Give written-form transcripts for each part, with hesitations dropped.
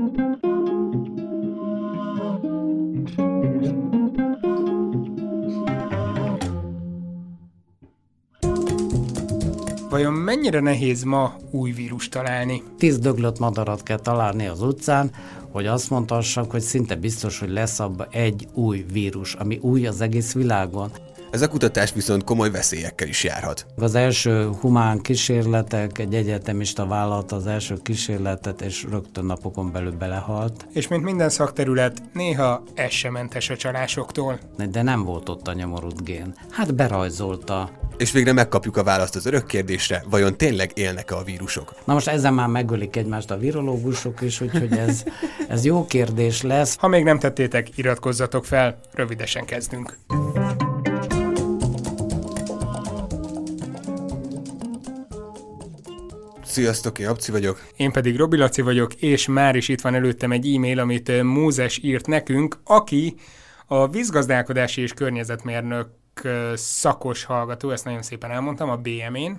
Vajon mennyire nehéz ma új vírust találni? 10 döglött madarat kell találni az utcán, hogy azt mondhassak, hogy szinte biztos, hogy lesz abban egy új vírus, ami új az egész világon. Ez a kutatás viszont komoly veszélyekkel is járhat. Az első humán kísérletek, egy egyetemista vállalta az első kísérletet, és rögtön napokon belül belehalt. És mint minden szakterület, néha ez sem mentes a csalásoktól. De nem volt ott a nyomorult gén. Hát berajzolta. És végre megkapjuk a választ az örök kérdésre, vajon tényleg élnek-e a vírusok? Na most ezen már megölik egymást a virológusok is, úgyhogy ez jó kérdés lesz. Ha még nem tettétek, iratkozzatok fel, rövidesen kezdünk. Sziasztok, én Abci vagyok. Én pedig Robi Laci vagyok, és már is itt van előttem egy e-mail, amit Mózes írt nekünk, aki a vízgazdálkodási és környezetmérnök szakos hallgató, ezt nagyon szépen elmondtam, a BM-én.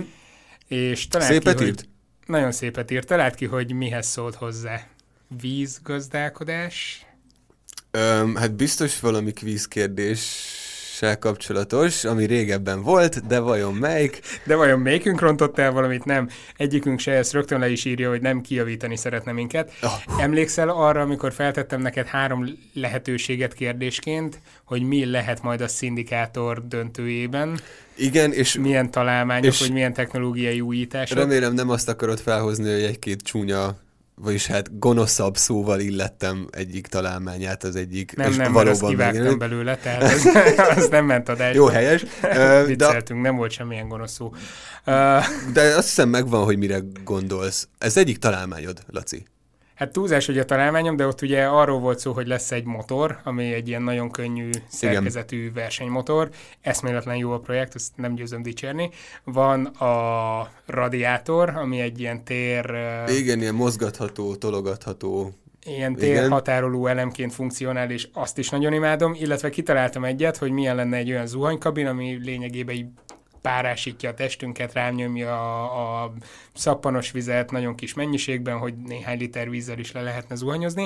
És szépet írt? Nagyon szépet írt. Talált ki, hogy mihez szólt hozzá. Vízgazdálkodás? Hát biztos valami kvízkérdéssel kapcsolatos, ami régebben volt, de vajon melyik? De vajon melyikünk rontott el valamit? Nem. Egyikünk se, ezt rögtön le is írja, hogy nem kijavítani szeretne minket. Emlékszel arra, amikor feltettem neked 3 lehetőséget kérdésként, hogy mi lehet majd a szindikátor döntőjében? Igen, és... milyen találmányok, vagy milyen technológiai újítások? Remélem nem azt akarod felhozni, hogy egy-két csúnya, vagyis hát gonoszabb szóval illettem egyik találmányát, az egyik... Nem, mert azt kivágtam belőle, tehát az nem ment adásba. Jó, helyes. Vicceltünk, nem volt semmilyen gonosz szó. De azt hiszem megvan, hogy mire gondolsz. Ez egyik találmányod, Laci. Hát túlzás, hogy a találmányom, de ott ugye arról volt szó, hogy lesz egy motor, ami egy ilyen nagyon könnyű szerkezetű versenymotor. Eszméletlen jó a projekt, ezt nem győzöm dicsérni. Van a radiátor, ami egy ilyen igen, ilyen mozgatható, tologatható. Ilyen térhatároló elemként funkcionál, és azt is nagyon imádom, illetve kitaláltam egyet, hogy milyen lenne egy olyan zuhanykabin, ami lényegében így párásítja a testünket, rámnyomja a szappanos vizet nagyon kis mennyiségben, hogy néhány liter vízzel is le lehetne zuhanyozni.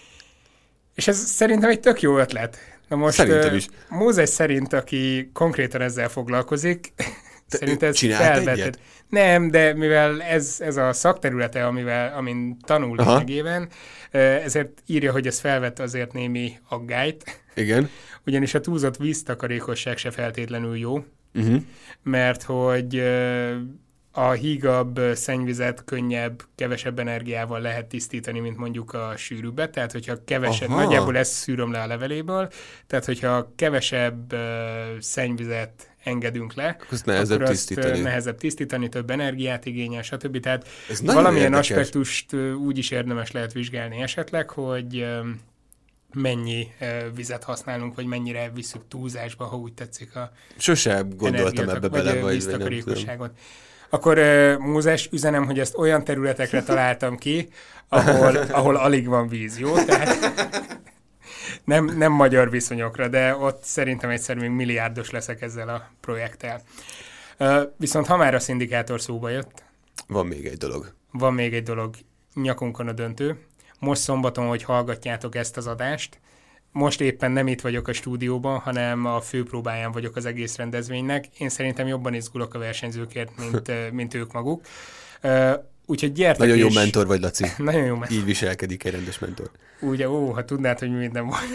És ez szerintem egy tök jó ötlet. Na most is. Mózes szerint, aki konkrétan ezzel foglalkozik, szerintem ez felvetett. Nem, de mivel ez a szakterülete, amin tanul lényegében, ezért írja, hogy ez felvett azért némi aggályt. Igen. Ugyanis a túlzott víztakarékosság se feltétlenül jó. Mert hogy a hígabb szennyvizet könnyebb, kevesebb energiával lehet tisztítani, mint mondjuk a sűrűbbet, tehát hogyha kevesebb, nagyjából ezt szűröm le a leveléből, tehát hogyha kevesebb szennyvizet engedünk le, akkor azt nehezebb tisztítani, több energiát igényel, stb. Tehát ez valamilyen aspektust úgy is érdemes lehet vizsgálni esetleg, hogy mennyi vizet használunk, vagy mennyire visszük túlzásba, ha úgy tetszik a sose gondoltam ebbe bele, vagy víztakarékosságot. Akkor Mózes, üzenem, hogy ezt olyan területekre találtam ki, ahol alig van víz, jó? Tehát nem magyar viszonyokra, de ott szerintem egyszer még milliárdos leszek ezzel a projekttel. Viszont ha már a szindikátor szóba jött. Van még egy dolog. Nyakunkon a döntő. Most szombaton, hogy hallgatjátok ezt az adást, most éppen nem itt vagyok a stúdióban, hanem a főpróbáján vagyok az egész rendezvénynek. Én szerintem jobban izgulok a versenyzőkért, mint ők maguk. Úgyhogy gyertek. Nagyon jó mentor vagy, Laci. Nagyon jó mentor. Így viselkedik egy rendes mentor. Ugye, ha tudnád, hogy mi minden volt.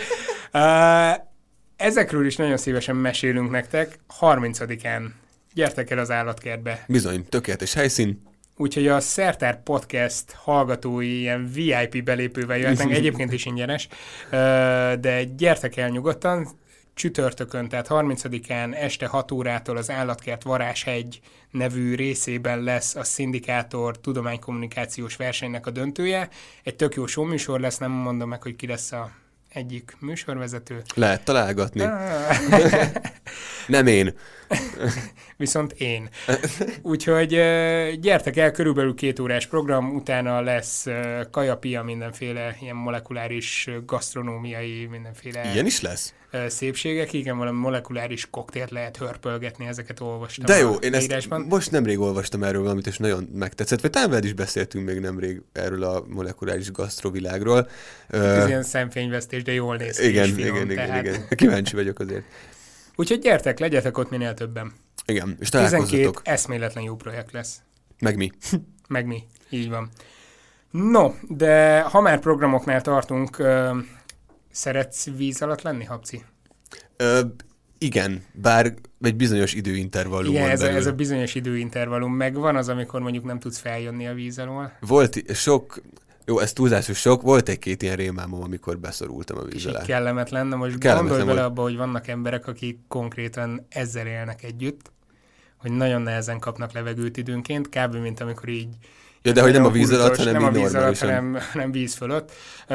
Ezekről is nagyon szívesen mesélünk nektek. 30-án gyertek el az állatkertbe. Bizony, tökéletes helyszín. Úgyhogy a Szertár Podcast hallgatói ilyen VIP belépővel jöhetnek, egyébként is ingyenes, de gyertek el nyugodtan, csütörtökön, tehát 30-án este 6 órától az Állatkert Varázshegy nevű részében lesz a Szindikátor tudománykommunikációs versenynek a döntője. Egy tök jó showműsor lesz, nem mondom meg, hogy ki lesz a egyik műsorvezető. Lehet találgatni. Nem én. Viszont én. Úgyhogy gyertek el, körülbelül 2 órás program, utána lesz kajapia, mindenféle ilyen molekuláris gasztronómiai, mindenféle... Ilyen is lesz? Szépségek, igen, valami molekuláris koktélt lehet hörpölgetni, ezeket olvastam. De jó, én ezt most nemrég olvastam erről valamit, és nagyon megtetszett, vagy talán veled is beszéltünk még nemrég erről a molekuláris gasztrovilágról. Ez ilyen szemfényvesztés, de jól néz ki. Igen. Kíváncsi vagyok azért. Úgyhogy gyertek, legyetek ott minél többen. Igen, és találkozzatok. 12 eszméletlen jó projekt lesz. Meg mi. Meg mi, így van. No, de ha már programoknál tartunk, szeretsz víz alatt lenni, Habci? Igen, bár egy bizonyos időintervallumon igen, belül. ez a bizonyos időintervallum megvan, az, amikor mondjuk nem tudsz feljönni a víz alól. Volt sok, jó, ez túlzásos sok, volt egy-két ilyen rémálmom, amikor beszorultam a víz alá. Kellemetlen, de most gondolj bele abba, hogy vannak emberek, akik konkrétan ezzel élnek együtt, hogy nagyon nehezen kapnak levegőt időnként, kb. Mint amikor így... Ja, de hogy nem a víz alatt, hanem nem így a víz normálisan. alatt, hanem víz fölött.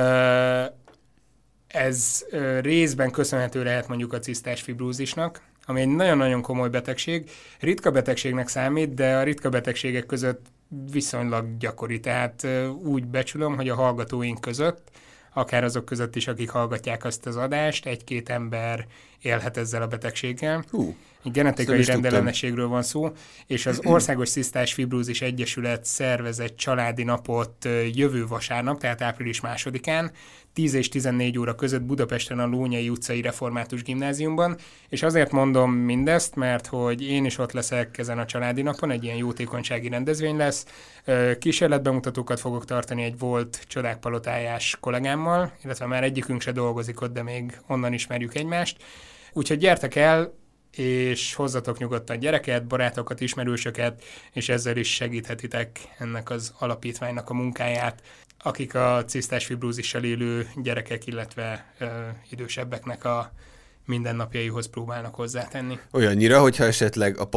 Ez részben köszönhető lehet mondjuk a cisztás fibrózisnak, ami egy nagyon-nagyon komoly betegség. Ritka betegségnek számít, de a ritka betegségek között viszonylag gyakori. Tehát úgy becsülöm, hogy a hallgatóink között, akár azok között is, akik hallgatják azt az adást, 1-2 ember élhet ezzel a betegséggel. Egy genetikai rendellenességről van szó, és az Országos Cisztás Fibrózis Egyesület szervez egy családi napot jövő vasárnap, tehát április 2-án, 10 és 14 óra között Budapesten a Lónyai utcai Református Gimnáziumban, és azért mondom mindezt, mert hogy én is ott leszek ezen a családi napon, egy ilyen jótékonysági rendezvény lesz, kísérletbemutatókat fogok tartani egy volt Csodák palotájás kollégámmal, illetve már egyikünk se dolgozik ott, de még onnan ismerjük egymást, úgyhogy gyertek el, és hozzatok nyugodtan gyereket, barátokat, ismerősöket, és ezzel is segíthetitek ennek az alapítványnak a munkáját, akik a cisztás fibrózissal élő gyerekek, illetve idősebbeknek a mindennapjaihoz próbálnak hozzátenni. Olyannyira, hogyha esetleg a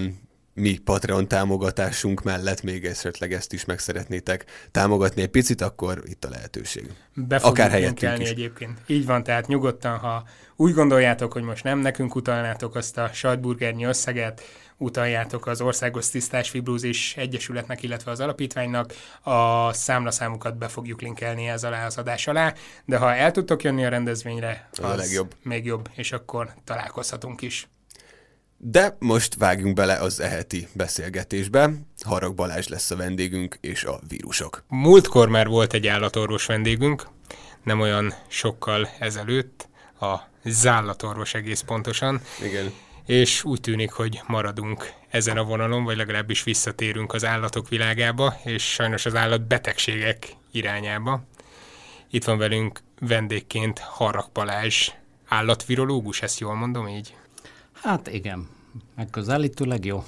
mi Patreon támogatásunk mellett még esetleg ezt is meg szeretnétek támogatni egy picit, akkor itt a lehetőség. Akár helyettünk is. Egyébként. Így van, tehát nyugodtan, ha úgy gondoljátok, hogy most nem nekünk utalnátok azt a sajtburgernyi összeget, utaljátok az Országos Cisztás Fibrózis Egyesületnek, illetve az alapítványnak, a számlaszámukat be fogjuk linkelni ez alá az adás alá, de ha el tudtok jönni a rendezvényre, az a legjobb. Még jobb, és akkor találkozhatunk is. De most vágjunk bele az eheti beszélgetésbe. Harag Balázs lesz a vendégünk, és a vírusok. Múltkor már volt egy állatorvos vendégünk, nem olyan sokkal ezelőtt, a zállatorvos egész pontosan. Igen. És úgy tűnik, hogy maradunk ezen a vonalon, vagy legalábbis visszatérünk az állatok világába, és sajnos az állatbetegségek irányába. Itt van velünk vendégként Harag Balázs, állatvirológus, ezt jól mondom így? Hát igen, megközelítőleg jó.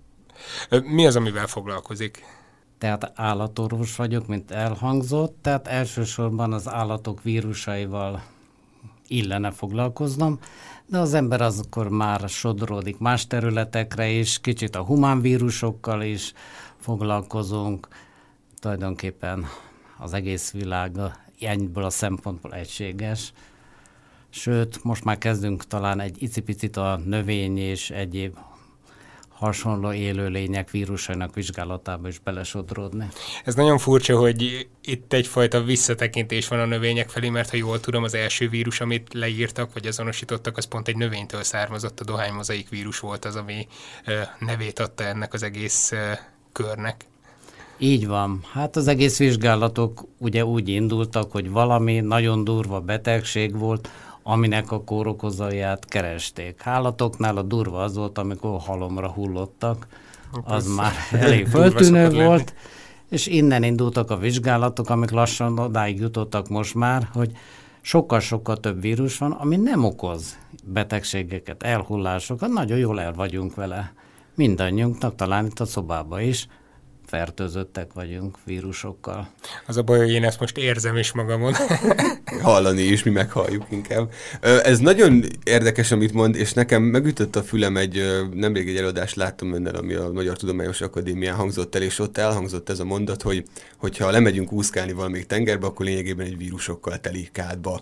Mi az, amivel foglalkozik? Tehát állatorvos vagyok, mint elhangzott, tehát elsősorban az állatok vírusaival illene foglalkoznom, de az ember az akkor már sodródik más területekre is, kicsit a humán vírusokkal is foglalkozunk, tulajdonképpen az egész világ ebből a szempontból egységes. Sőt, most már kezdünk talán egy icipicit a növény és egyéb hasonló élőlények vírusainak vizsgálatába is belesodródni. Ez nagyon furcsa, hogy itt egyfajta visszatekintés van a növények felé, mert ha jól tudom, az első vírus, amit leírtak, vagy azonosítottak, az pont egy növénytől származott, a dohánymozaik vírus volt az, ami nevét adta ennek az egész körnek. Így van. Hát az egész vizsgálatok ugye úgy indultak, hogy valami nagyon durva betegség volt, aminek a kórokozóját keresték. Állatoknál a durva az volt, amikor halomra hullottak, az már elég föltűnő volt, és innen indultak a vizsgálatok, amik lassan odáig jutottak most már, hogy sokkal-sokkal több vírus van, ami nem okoz betegségeket, elhullásokat, nagyon jól el vagyunk vele. Mindannyiunknak, talán itt a szobában is. fertőzöttek vagyunk vírusokkal. Az a baj, hogy én ezt most érzem is magamon. Hallani is, mi meghalljuk inkább. Ez nagyon érdekes, amit mond, és nekem megütött a fülem nemrég egy előadást láttam önnel, ami a Magyar Tudományos Akadémián hangzott el, és ott elhangzott ez a mondat, hogy ha lemegyünk úszkálni valamelyik tengerbe, akkor lényegében egy vírusokkal teli kádba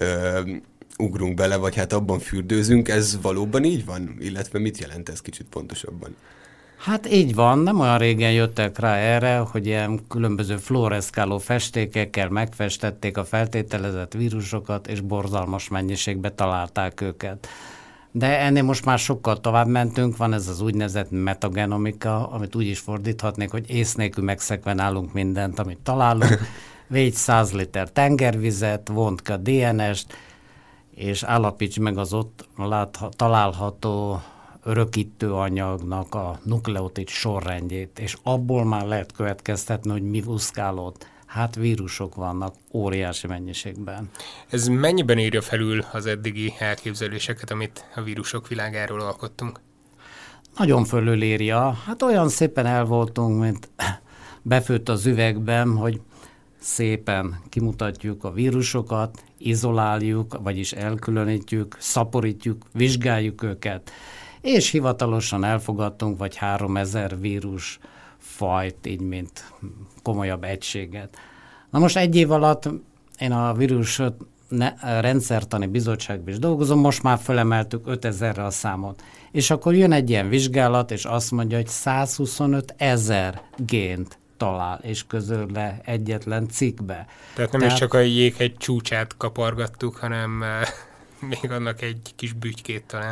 ugrunk bele, vagy hát abban fürdőzünk. Ez valóban így van? Illetve mit jelent ez kicsit pontosabban? Hát így van, nem olyan régen jöttek rá erre, hogy ilyen különböző fluoreszkáló festékekkel megfestették a feltételezett vírusokat, és borzalmas mennyiségbe találták őket. De ennél most már sokkal tovább mentünk, van ez az úgynevezett metagenomika, amit úgy is fordíthatnék, hogy ész nélkül megszekvenálunk mindent, amit találunk, végy 100 liter tengervizet, vont ki a DNS-t, és állapíts meg az ott található örökítő anyagnak a nukleotid sorrendjét, és abból már lehet következtetni, hogy mi úszkálott. Hát vírusok vannak óriási mennyiségben. Ez mennyiben írja felül az eddigi elképzeléseket, amit a vírusok világáról alkottunk? Nagyon fölülírja. Hát olyan szépen el voltunk, mint befőtt az üvegben, hogy szépen kimutatjuk a vírusokat, izoláljuk, vagyis elkülönítjük, szaporítjuk, vizsgáljuk őket, és hivatalosan elfogadtunk vagy 3000 vírus fajt, így mint komolyabb egységet. Na most egy év alatt én a vírus rendszertani bizottságban is dolgozom, most már fölemeltük 5000-re a számot. És akkor jön egy ilyen vizsgálat, és azt mondja, hogy 125 000 gént talál, és közöl le egyetlen cikkbe. Tehát nem is csak a jéghegy csúcsát kapargattuk, hanem még annak egy kis bütykét talán.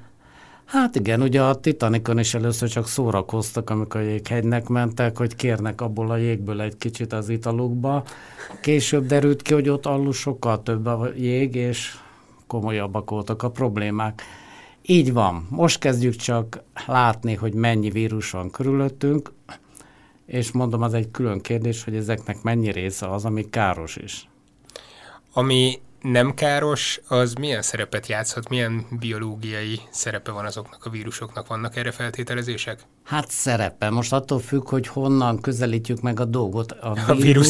Hát igen, ugye a Titanicon is először csak szórakoztak, amikor a jéghegynek mentek, hogy kérnek abból a jégből egy kicsit az italukba. Később derült ki, hogy ott alul sokkal több a jég, és komolyabbak voltak a problémák. Így van, most kezdjük csak látni, hogy mennyi vírus van körülöttünk, és mondom, az egy külön kérdés, hogy ezeknek mennyi része az, ami káros is. Ami nem káros, az milyen szerepet játszhat, milyen biológiai szerepe van azoknak a vírusoknak? Vannak erre feltételezések? Hát szerepe. Most attól függ, hogy honnan közelítjük meg a dolgot. A vírus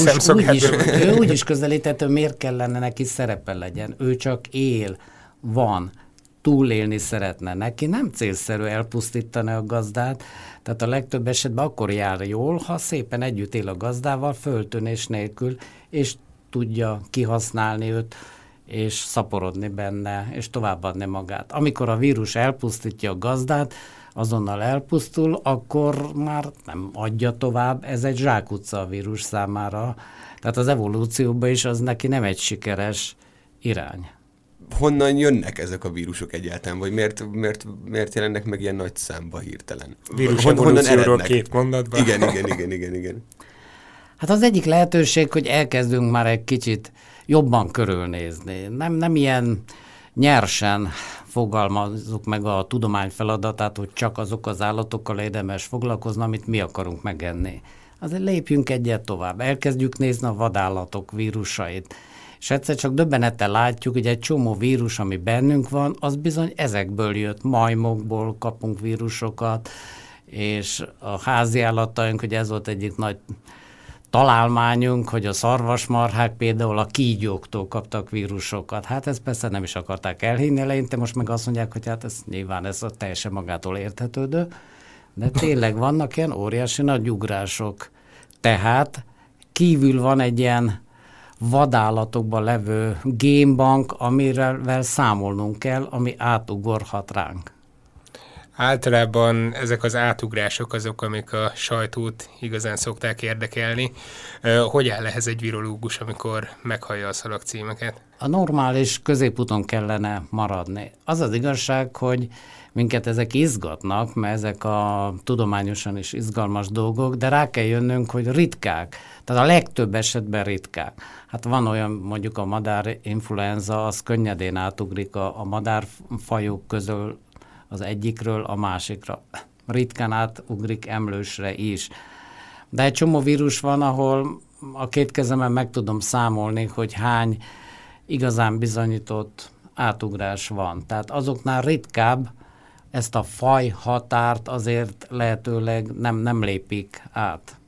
ő úgy is közelített, miért kellene neki szerepe legyen. Ő csak él, van, túlélni szeretne. Neki nem célszerű elpusztítani a gazdát, tehát a legtöbb esetben akkor jár jól, ha szépen együtt él a gazdával, föltűnés nélkül, és tudja kihasználni őt, és szaporodni benne, és továbbadni magát. Amikor a vírus elpusztítja a gazdát, azonnal elpusztul, akkor már nem adja tovább, ez egy zsákutca a vírus számára. Tehát az evolúcióban is az neki nem egy sikeres irány. Honnan jönnek ezek a vírusok egyáltalán, vagy miért jelennek meg ilyen nagy számba hirtelen? Vírus evolúcióról 2 mondatban. Igen. Hát az egyik lehetőség, hogy elkezdünk már egy kicsit jobban körülnézni. Nem ilyen nyersen fogalmazzuk meg a tudomány feladatát, hogy csak azok az állatokkal érdemes foglalkozni, amit mi akarunk megenni. Azért lépjünk egyet tovább, elkezdjük nézni a vadállatok vírusait. És egyszer csak döbbenettel látjuk, hogy egy csomó vírus, ami bennünk van, az bizony ezekből jött, majmokból kapunk vírusokat, és a háziállataink, hogy ez volt egyik nagy találmányunk, hogy a szarvasmarhák például a kígyóktól kaptak vírusokat. Hát ezt persze nem is akarták elhinni eleinte, most meg azt mondják, hogy hát ez nyilván ez a teljesen magától érthetődő, de tényleg vannak ilyen óriási nagy ugrások. Tehát kívül van egy ilyen vadállatokban levő génbank, amivel számolnunk kell, ami átugorhat ránk. Általában ezek az átugrások azok, amik a sajtót igazán szokták érdekelni. Hogy áll ehhez egy virológus, amikor meghallja a szalagcímeket? A normális középúton kellene maradni. Az az igazság, hogy minket ezek izgatnak, mert ezek a tudományosan is izgalmas dolgok, de rá kell jönnünk, hogy ritkák. Tehát a legtöbb esetben ritkák. Hát van olyan, mondjuk a madárinfluenza, az könnyedén átugrik a madárfajok közül az egyikről a másikra. Ritkán átugrik emlősre is. De egy csomó vírus van, ahol a 2 kezemen meg tudom számolni, hogy hány igazán bizonyított átugrás van. Tehát azoknál ritkább, ezt a faj határt azért lehetőleg nem lépik át.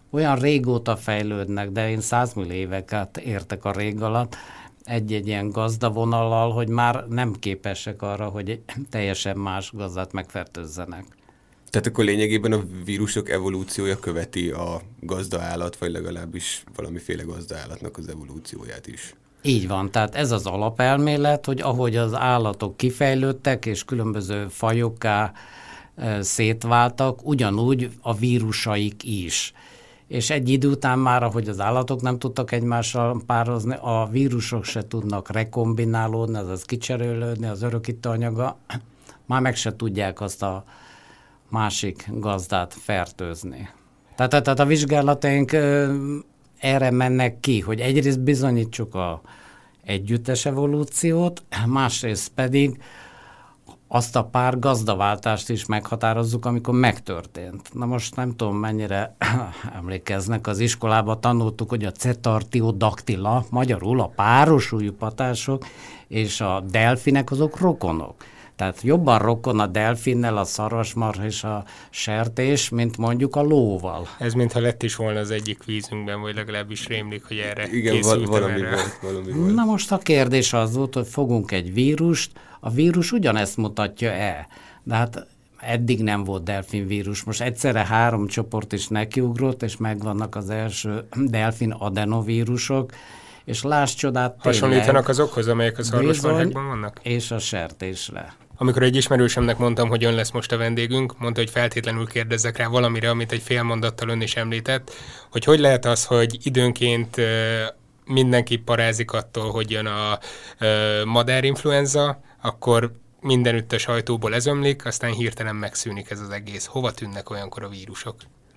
olyan régóta fejlődnek, de én 100 millió éveket értek a rég alatt, egy-egy ilyen gazdavonallal, hogy már nem képesek arra, hogy egy teljesen más gazdát megfertőzzenek. Tehát akkor lényegében a vírusok evolúciója követi a gazdaállat, vagy legalábbis valamiféle gazdaállatnak az evolúcióját is. Így van, tehát ez az alapelmélet, hogy ahogy az állatok kifejlődtek, és különböző fajokká szétváltak, ugyanúgy a vírusaik is. És egy idő után már, ahogy az állatok nem tudtak egymással pározni, a vírusok se tudnak rekombinálódni, azaz kicserélődni, az örökítő anyaga, már meg se tudják azt a másik gazdát fertőzni. Tehát a vizsgálataink erre mennek ki, hogy egyrészt bizonyítsuk a együttes evolúciót, másrészt pedig azt a pár gazdaváltást is meghatározzuk, amikor megtörtént. Na most nem tudom, mennyire emlékeznek, az iskolában tanultuk, hogy a cetartiodactyla, magyarul a párosuljú patások és a delfinek azok rokonok. Tehát jobban rokon a delfinnel a szarvasmarha és a sertés, mint mondjuk a lóval. Ez mintha lett is volna az egyik vízünkben, vagy legalábbis rémlik, hogy erre igen, készültem valami erre. volt. Na most a kérdés az volt, hogy fogunk egy vírust, a vírus ugyanezt mutatja-e? De hát eddig nem volt delfinvírus. Most egyszerre 3 csoport is nekiugrott, és megvannak az első delfin adenovírusok, és láss csodát, hasonlítanak azokhoz, amelyek a szarvasmarhákban vannak? És a sertésre. Amikor egy ismerősömnek mondtam, hogy ön lesz most a vendégünk, mondta, hogy feltétlenül kérdezzek rá valamire, amit egy fél mondattal ön is említett, hogy lehet az, hogy időnként mindenki parázik attól, hogy jön a madárinfluenza, akkor mindenütt a sajtóból ez ömlik, aztán hirtelen megszűnik ez az egész. Hova tűnnek olyankor a vírusok?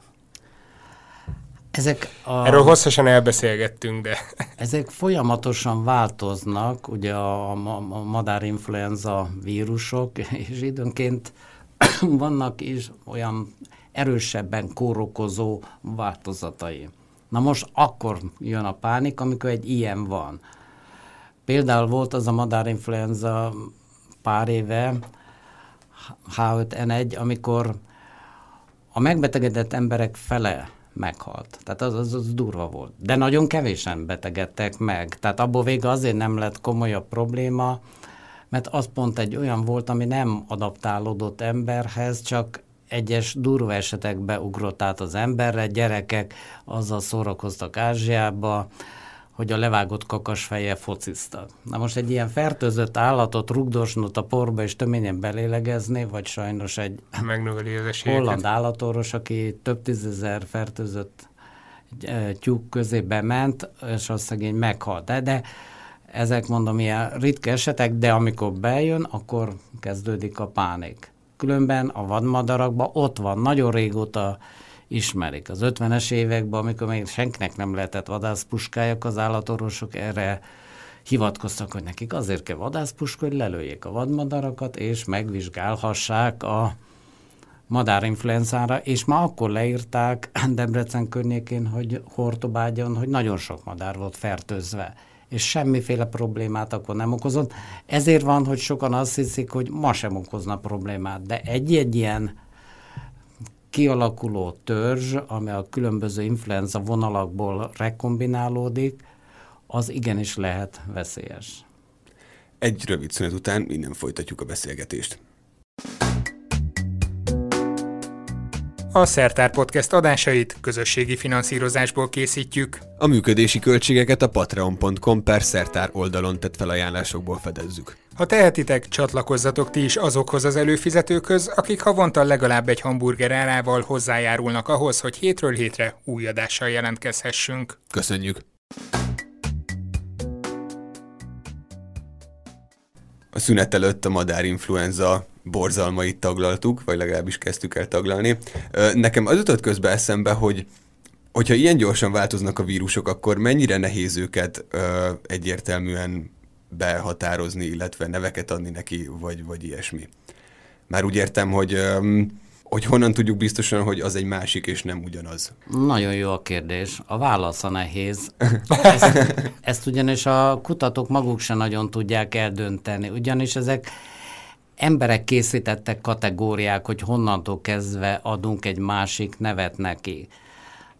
Erről hosszasan elbeszélgettünk, de... Ezek folyamatosan változnak, ugye a madárinfluenza vírusok, és időnként vannak is olyan erősebben kórokozó változatai. Na most akkor jön a pánik, amikor egy ilyen van. Például volt az a madárinfluenza pár éve, H5N1, amikor a megbetegedett emberek fele meghalt. Tehát az durva volt. De nagyon kevésen betegedtek meg. Tehát abból vége azért nem lett komolyabb probléma, mert az pont egy olyan volt, ami nem adaptálódott emberhez, csak egyes durva esetekbe ugrott át az emberre, gyerekek azzal szórakoztak Ázsiába, hogy a levágott kakasfejjel fociztak. Na most egy ilyen fertőzött állatot rugdosnod a porba és töményen belélegezni, vagy sajnos egy holland állatorvos, aki több 10 000 fertőzött tyúk közé bement, és az szegény meghalt. De ezek mondom ilyen ritka esetek, de amikor bejön, akkor kezdődik a pánik. Különben a vadmadarakban ott van, nagyon régóta ismerik. Az 50-es években, amikor még senkinek nem lehetett vadászpuskájuk, az állatorvosok erre hivatkoztak, hogy nekik azért kell vadászpuska, hogy lelőjék a vadmadarakat, és megvizsgálhassák a madárinfluenzára, és már akkor leírták Debrecen környékén, hogy Hortobágyon, hogy nagyon sok madár volt fertőzve, és semmiféle problémát akkor nem okozott. Ezért van, hogy sokan azt hiszik, hogy ma sem okozna problémát, de egy ilyen kialakuló törzs, ami a különböző influenza vonalakból rekombinálódik, az igenis lehet veszélyes. Egy rövid szünet után innen folytatjuk a beszélgetést. A Szertár Podcast adásait közösségi finanszírozásból készítjük. A működési költségeket a patreon.com/szertár oldalon tett felajánlásokból fedezzük. Ha tehetitek, csatlakozzatok ti is azokhoz az előfizetőkhöz, akik havonta legalább egy hamburger árával hozzájárulnak ahhoz, hogy hétről hétre új adással jelentkezhessünk. Köszönjük! A szünet előtt a madárinfluenza borzalmait taglaltuk, vagy legalábbis kezdtük el taglalni. Nekem az jutott közbe eszembe, hogyha ilyen gyorsan változnak a vírusok, akkor mennyire nehéz őket egyértelműen behatározni, illetve neveket adni neki, vagy ilyesmi. Már úgy értem, hogy honnan tudjuk biztosan, hogy az egy másik, és nem ugyanaz. Nagyon jó a kérdés. A válasza nehéz. Ezt ugyanis a kutatók maguk sem nagyon tudják eldönteni. Ugyanis ezek emberek készítettek kategóriák, hogy honnantól kezdve adunk egy másik nevet neki.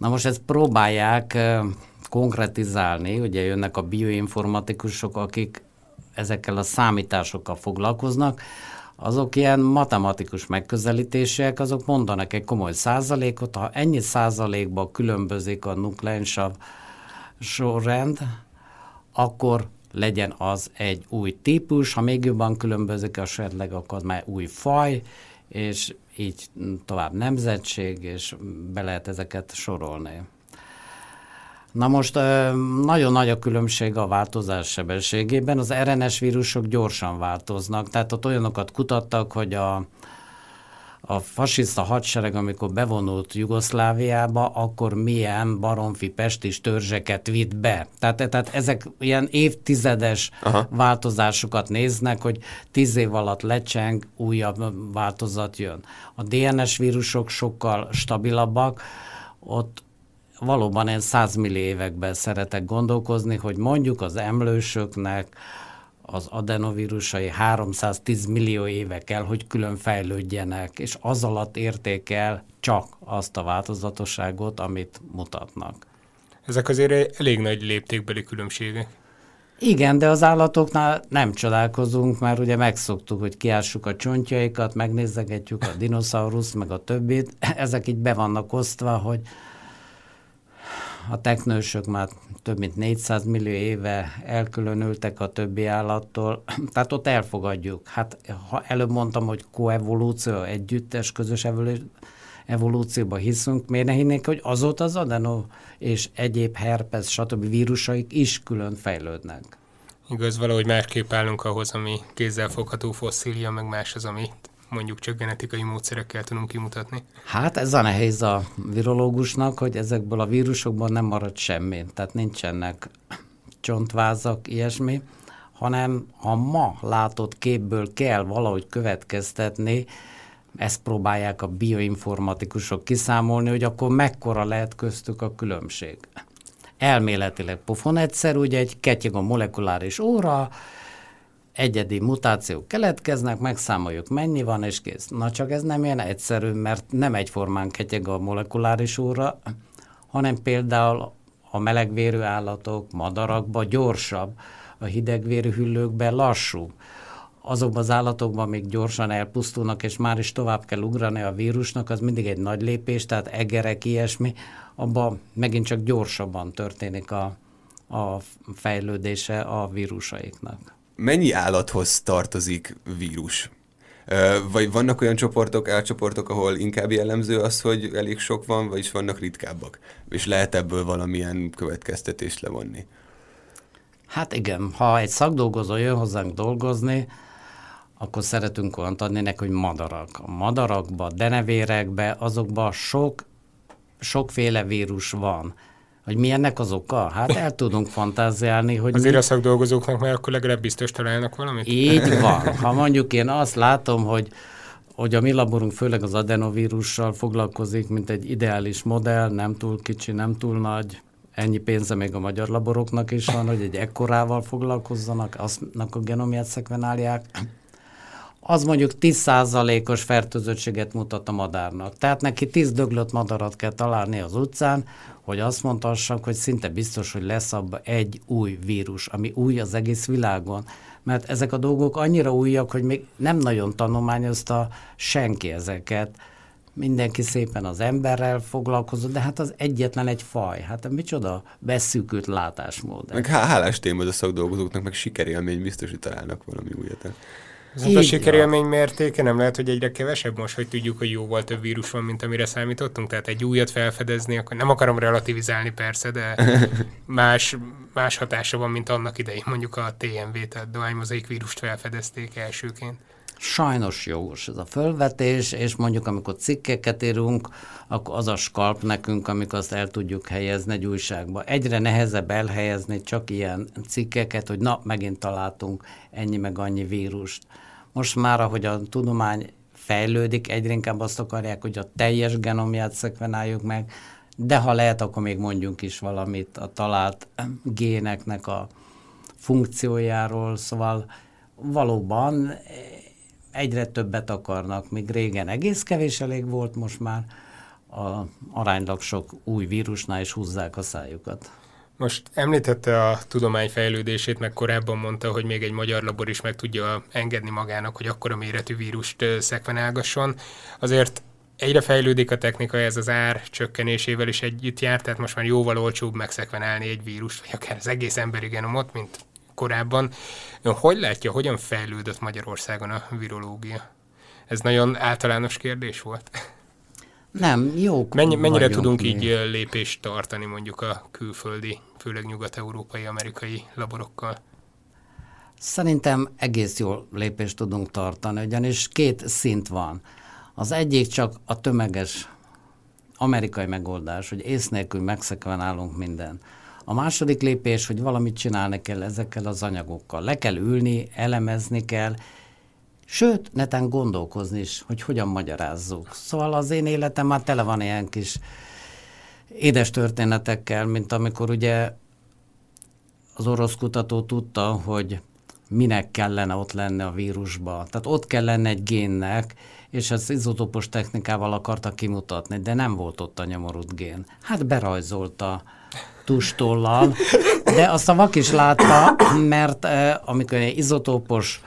Na most ezt próbálják konkretizálni, ugye jönnek a bioinformatikusok, akik ezekkel a számításokkal foglalkoznak, azok ilyen matematikus megközelítések, azok mondanak egy komoly százalékot, ha ennyi százalékban különbözik a nukleinsav sorrend, akkor legyen az egy új típus, ha még jobban különbözik esetleg, akkor már új faj, és így tovább nemzetség, és be lehet ezeket sorolni. Na most nagyon nagy a különbség a változás sebességében. Az RNS vírusok gyorsan változnak, tehát ott olyanokat kutattak, hogy a fasiszta hadsereg, amikor bevonult Jugoszláviába, akkor milyen baromfi pestis törzseket vitt be. Tehát ezek ilyen évtizedes változásokat néznek, hogy 10 év alatt lecseng, újabb változat jön. A DNS vírusok sokkal stabilabbak, ott valóban én 100 millió években szeretek gondolkozni, hogy mondjuk az emlősöknek az adenovírusai 310 millió éve kell, hogy külön fejlődjenek, és az alatt érték el csak azt a változatosságot, amit mutatnak. Ezek azért elég nagy léptékbeli különbségek. Igen, de az állatoknál nem csodálkozunk, mert ugye megszoktuk, hogy kiássuk a csontjaikat, megnézegetjük a dinoszauruszt, meg a többit. Ezek így be vannak osztva, hogy a teknősök már több mint 400 millió éve elkülönültek a többi állattól, tehát ott elfogadjuk. Hát ha előbb mondtam, hogy koevolúció, együttes, közös evolúcióba hiszünk, miért ne hinnék, hogy azóta az adeno és egyéb herpes, stb. Vírusaik is külön fejlődnek. Igaz, valahogy másképp állunk ahhoz, ami kézzelfogható fosszília, meg más az, amit mondjuk csak genetikai módszerekkel tudunk kimutatni. Hát ez a nehéz a virológusnak, hogy ezekből a vírusokból nem marad semmi, tehát nincsenek csontvázak, ilyesmi, hanem a ma látott képből kell valahogy következtetni, ezt próbálják a bioinformatikusok kiszámolni, hogy akkor mekkora lehet köztük a különbség. Elméletileg pofon egyszer, ugye egy ketyeg a molekuláris óra, egyedi mutációk keletkeznek, megszámoljuk mennyi van, és kész. Na csak ez nem ilyen egyszerű, mert nem egyformán ketyeg a molekuláris óra, hanem például a melegvérű állatok, madarakban gyorsabb, a hidegvérű hüllőkben lassú. Azokban az állatokban még gyorsan elpusztulnak, és már is tovább kell ugrani a vírusnak, az mindig egy nagy lépés, tehát egerek, ilyesmi, abban megint csak gyorsabban történik a fejlődése a vírusaiknak. Mennyi állathoz tartozik vírus? Vagy vannak olyan állatcsoportok, ahol inkább jellemző az, hogy elég sok van, vagyis vannak ritkábbak? És lehet ebből valamilyen következtetést levonni? Hát igen, ha egy szakdolgozó jön hozzánk dolgozni, akkor szeretünk olyant adni neki, hogy madarak. A madarakban, denevérekben, azokban sokféle vírus van. Hogy mi ennek az oka? Hát el tudunk fantáziálni, hogy... Azért a szakdolgozóknak már akkor legalább biztos találnak valamit? Így van. Ha mondjuk én azt látom, hogy a mi laborunk főleg az adenovírussal foglalkozik, mint egy ideális modell, nem túl kicsi, nem túl nagy, ennyi pénze még a magyar laboroknak is van, hogy egy ekkorával foglalkozzanak, aznak a genomját szekvenálják, az mondjuk 10%-os fertőzöttséget mutat a madárnak. Tehát neki 10 döglött madarat kell találni az utcán, hogy azt mondhassak, hogy szinte biztos, hogy lesz abban egy új vírus, ami új az egész világon. Mert ezek a dolgok annyira újak, hogy még nem nagyon tanulmányozta senki ezeket. Mindenki szépen az emberrel foglalkozott, de hát az egyetlen egy faj. Hát micsoda beszűkült látásmód. Meg hálás téma a szakdolgozóknak, meg sikerélmény biztos, hogy találnak valami újat. Viszont a sikerélmény mértéke nem lehet, hogy egyre kevesebb most, hogy tudjuk, hogy jóval több vírus van, mint amire számítottunk? Tehát egy újat felfedezni, akkor nem akarom relativizálni persze, de más hatása van, mint annak idején mondjuk a TMV, tehát dohánymozaik vírust felfedezték elsőként. Sajnos jogos ez a fölvetés, és mondjuk amikor cikkeket írunk, akkor az a skalp nekünk, amikor azt el tudjuk helyezni egy újságba. Egyre nehezebb elhelyezni csak ilyen cikkeket, hogy na, megint találtunk ennyi meg annyi vírust. Most már, ahogy a tudomány fejlődik, egyre inkább azt akarják, hogy a teljes genomját szekvenáljuk meg, de ha lehet, akkor még mondjunk is valamit a talált géneknek a funkciójáról, szóval valóban egyre többet akarnak, míg régen egész kevés elég volt, most már aránylag sok új vírusnál is húzzák a szájukat. Most említette a tudomány fejlődését, meg korábban mondta, hogy még egy magyar labor is meg tudja engedni magának, hogy akkora méretű vírust szekvenálgasson. Azért egyre fejlődik a technika, ez az ár csökkenésével is együtt jár, tehát most már jóval olcsóbb megszekvenálni egy vírust, vagy akár az egész emberi genomot, mint korábban. Ön hogy látja, hogyan fejlődött Magyarországon a virológia? Ez nagyon általános kérdés volt. Nem, jók Mennyire tudunk így lépést tartani mondjuk a külföldi, főleg nyugat-európai, amerikai laborokkal? Szerintem egész jól lépést tudunk tartani, ugyanis 2 szint van. Az egyik csak a tömeges amerikai megoldás, hogy ész nélkül megszekvenálunk minden. A második lépés, hogy valamit csinálni kell ezekkel az anyagokkal. Le kell ülni, elemezni kell, sőt, netán gondolkozni is, hogy hogyan magyarázzuk. Szóval az én életem már tele van ilyen kis édes történetekkel, mint amikor ugye az orosz kutató tudta, hogy minek kellene ott lenni a vírusba. Tehát ott kell lenni egy génnek, és ezt izotópos technikával akarta kimutatni, de nem volt ott a nyomorult gén. Hát berajzolta tustollal, de azt a vak is látta, mert amikor izotópos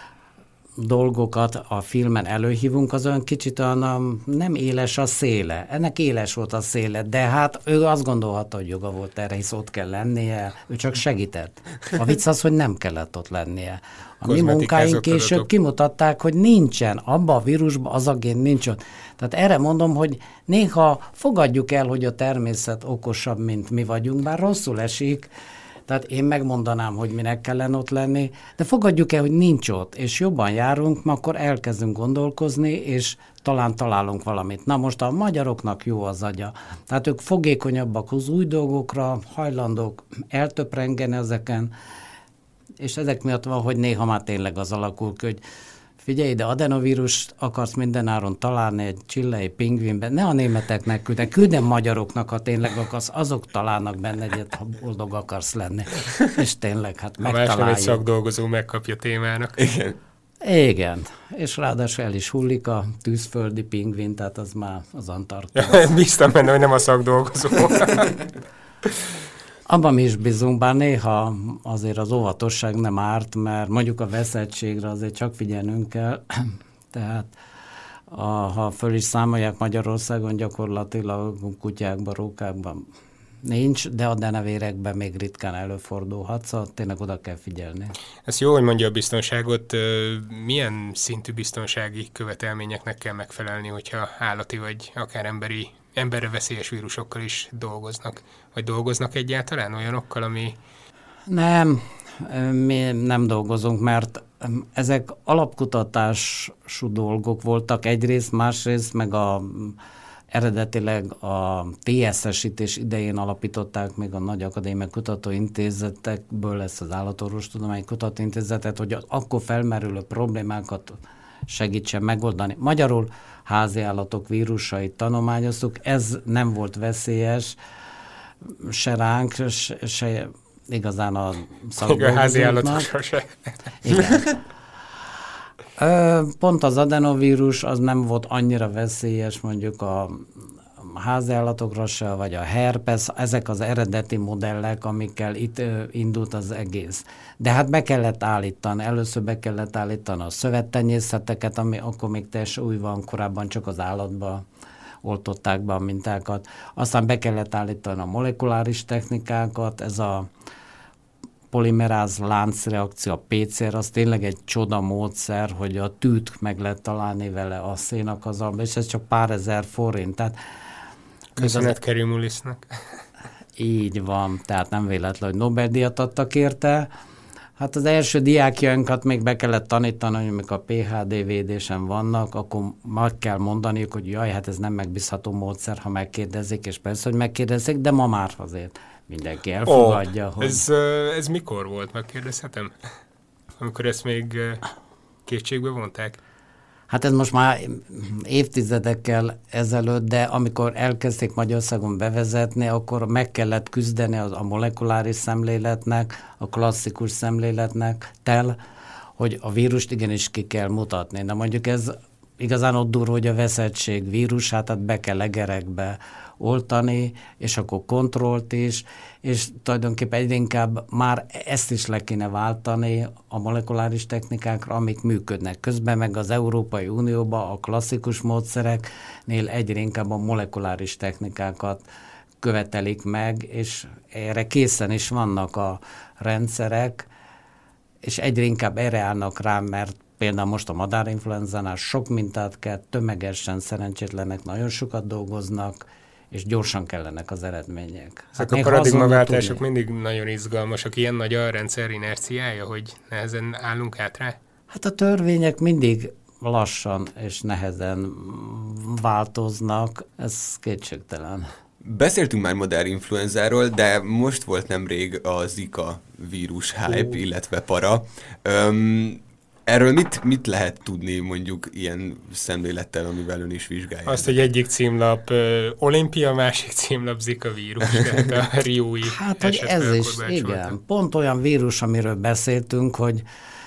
dolgokat a filmen előhívunk, az olyan kicsit olyan nem éles a széle. Ennek éles volt a széle, de hát ő azt gondolhatta, hogy joga volt erre, hisz ott kell lennie, ő csak segített. A vicc az, hogy nem kellett ott lennie. A mi munkáink később kimutatták, hogy nincsen, abban a vírusban az a gén nincs ott. Tehát erre mondom, hogy néha fogadjuk el, hogy a természet okosabb, mint mi vagyunk, bár rosszul esik, tehát én megmondanám, hogy minek kellene ott lenni, de fogadjuk el, hogy nincs ott, és jobban járunk, akkor elkezdünk gondolkozni, és talán találunk valamit. Na most a magyaroknak jó az agya. Tehát ők fogékonyabbak az új dolgokra, hajlandók eltöprengeni ezeken, és ezek miatt van, hogy néha már tényleg az alakul, hogy figyelj, de adenovírust akarsz mindenáron találni egy csillai pingvinben, ne a németeknek küldem magyaroknak, ha tényleg akarsz, azok találnak benne egyet, ha boldog akarsz lenni. És tényleg, hát megtaláljuk. Ha más nem egy szakdolgozó megkapja témának. Igen. Igen, és ráadásul el is hullik a tűzföldi pingvin, tehát az már az Antarktisz. Bíztam benne, hogy nem a szakdolgozó. Abban mi is bízunk, bár néha azért az óvatosság nem árt, mert mondjuk a veszettségre azért csak figyelnünk kell. Tehát ha föl is számolják Magyarországon, gyakorlatilag kutyákban, rókákban nincs, de a denevérekben még ritkán előfordulhat, szóval tényleg oda kell figyelni. Ez jó, hogy mondja a biztonságot. Milyen szintű biztonsági követelményeknek kell megfelelni, hogyha állati vagy akár emberre veszélyes vírusokkal is dolgoznak? Vagy dolgoznak egyáltalán olyanokkal, ami... Nem, mi nem dolgozunk, mert ezek alapkutatású dolgok voltak egyrészt, másrészt meg eredetileg a TSS-ítés idején alapították meg a Nagy Akadémiai Kutatóintézetekből ezt az Állatorvostudományi Kutatóintézetet, hogy az akkor felmerülő problémákat segítsen megoldani. Magyarul háziállatok vírusait tanulmányoztuk, ez nem volt veszélyes se ránk, se igazán a szakdolgozóknak. A háziállatokra se. Igen. Pont az adenovírus az nem volt annyira veszélyes mondjuk a háziállatokra se, vagy a herpes, ezek az eredeti modellek, amikkel itt indult az egész. De hát be kellett állítani, először be kellett állítani a szövettenyészeteket, ami akkor még teljesen új van, korábban csak az állatba oltották be a mintákat. Aztán be kellett állítani a molekuláris technikákat, ez a polimeráz láncreakció, a PCR, az tényleg egy csoda módszer, hogy a tűt meg lehet találni vele a szénakazalba, és ez csak pár ezer forint. Tehát köszönet Kerimulisnak. Így van, tehát nem véletlen, hogy Nobel-díjat adtak érte. Hát az első diákjainkat még be kellett tanítani, hogy amikor a PhD védésen vannak, akkor meg kell mondaniuk, hogy jaj, hát ez nem megbízható módszer, ha megkérdezik, és persze, hogy megkérdezik, de ma már azért mindenki elfogadja. Hogy... Ez mikor volt, megkérdezhetem? Amikor ezt még kétségbe vonták? Hát ez most már évtizedekkel ezelőtt, de amikor elkezdték Magyarországon bevezetni, akkor meg kellett küzdeni a molekuláris szemléletnek, a klasszikus szemléletnek, hogy a vírust igenis ki kell mutatni. De mondjuk ez igazán ott durva, hogy a veszettség vírusát, tehát be kell egerekbe oltani, és akkor kontrollt is, és tulajdonképpen egyre inkább már ezt is le kéne váltani a molekuláris technikákra, amik működnek. Közben meg az Európai Unióban a klasszikus módszereknél egyre inkább a molekuláris technikákat követelik meg, és erre készen is vannak a rendszerek, és egyre inkább erre állnak rá, mert például most a madárinfluenzánál sok mintát kell, tömegesen szerencsétlenek nagyon sokat dolgoznak, és gyorsan kellenek az eredmények. Ezek a paradigmaváltások mindig nagyon izgalmasak. Ilyen nagy a rendszer inerciája, hogy nehezen állunk át rá? Hát a törvények mindig lassan és nehezen változnak, ez kétségtelen. Beszéltünk már madárinfluenzáról, de most volt nemrég a Zika vírus hype, illetve para. Erről mit lehet tudni mondjuk ilyen szemlélettel, amivel ön is vizsgálja? Azt, hogy egyik címlap olimpia, másik címlap Zika vírus, tehát a riói hát, hogy ez is, igen. Pont olyan vírus, amiről beszéltünk, hogy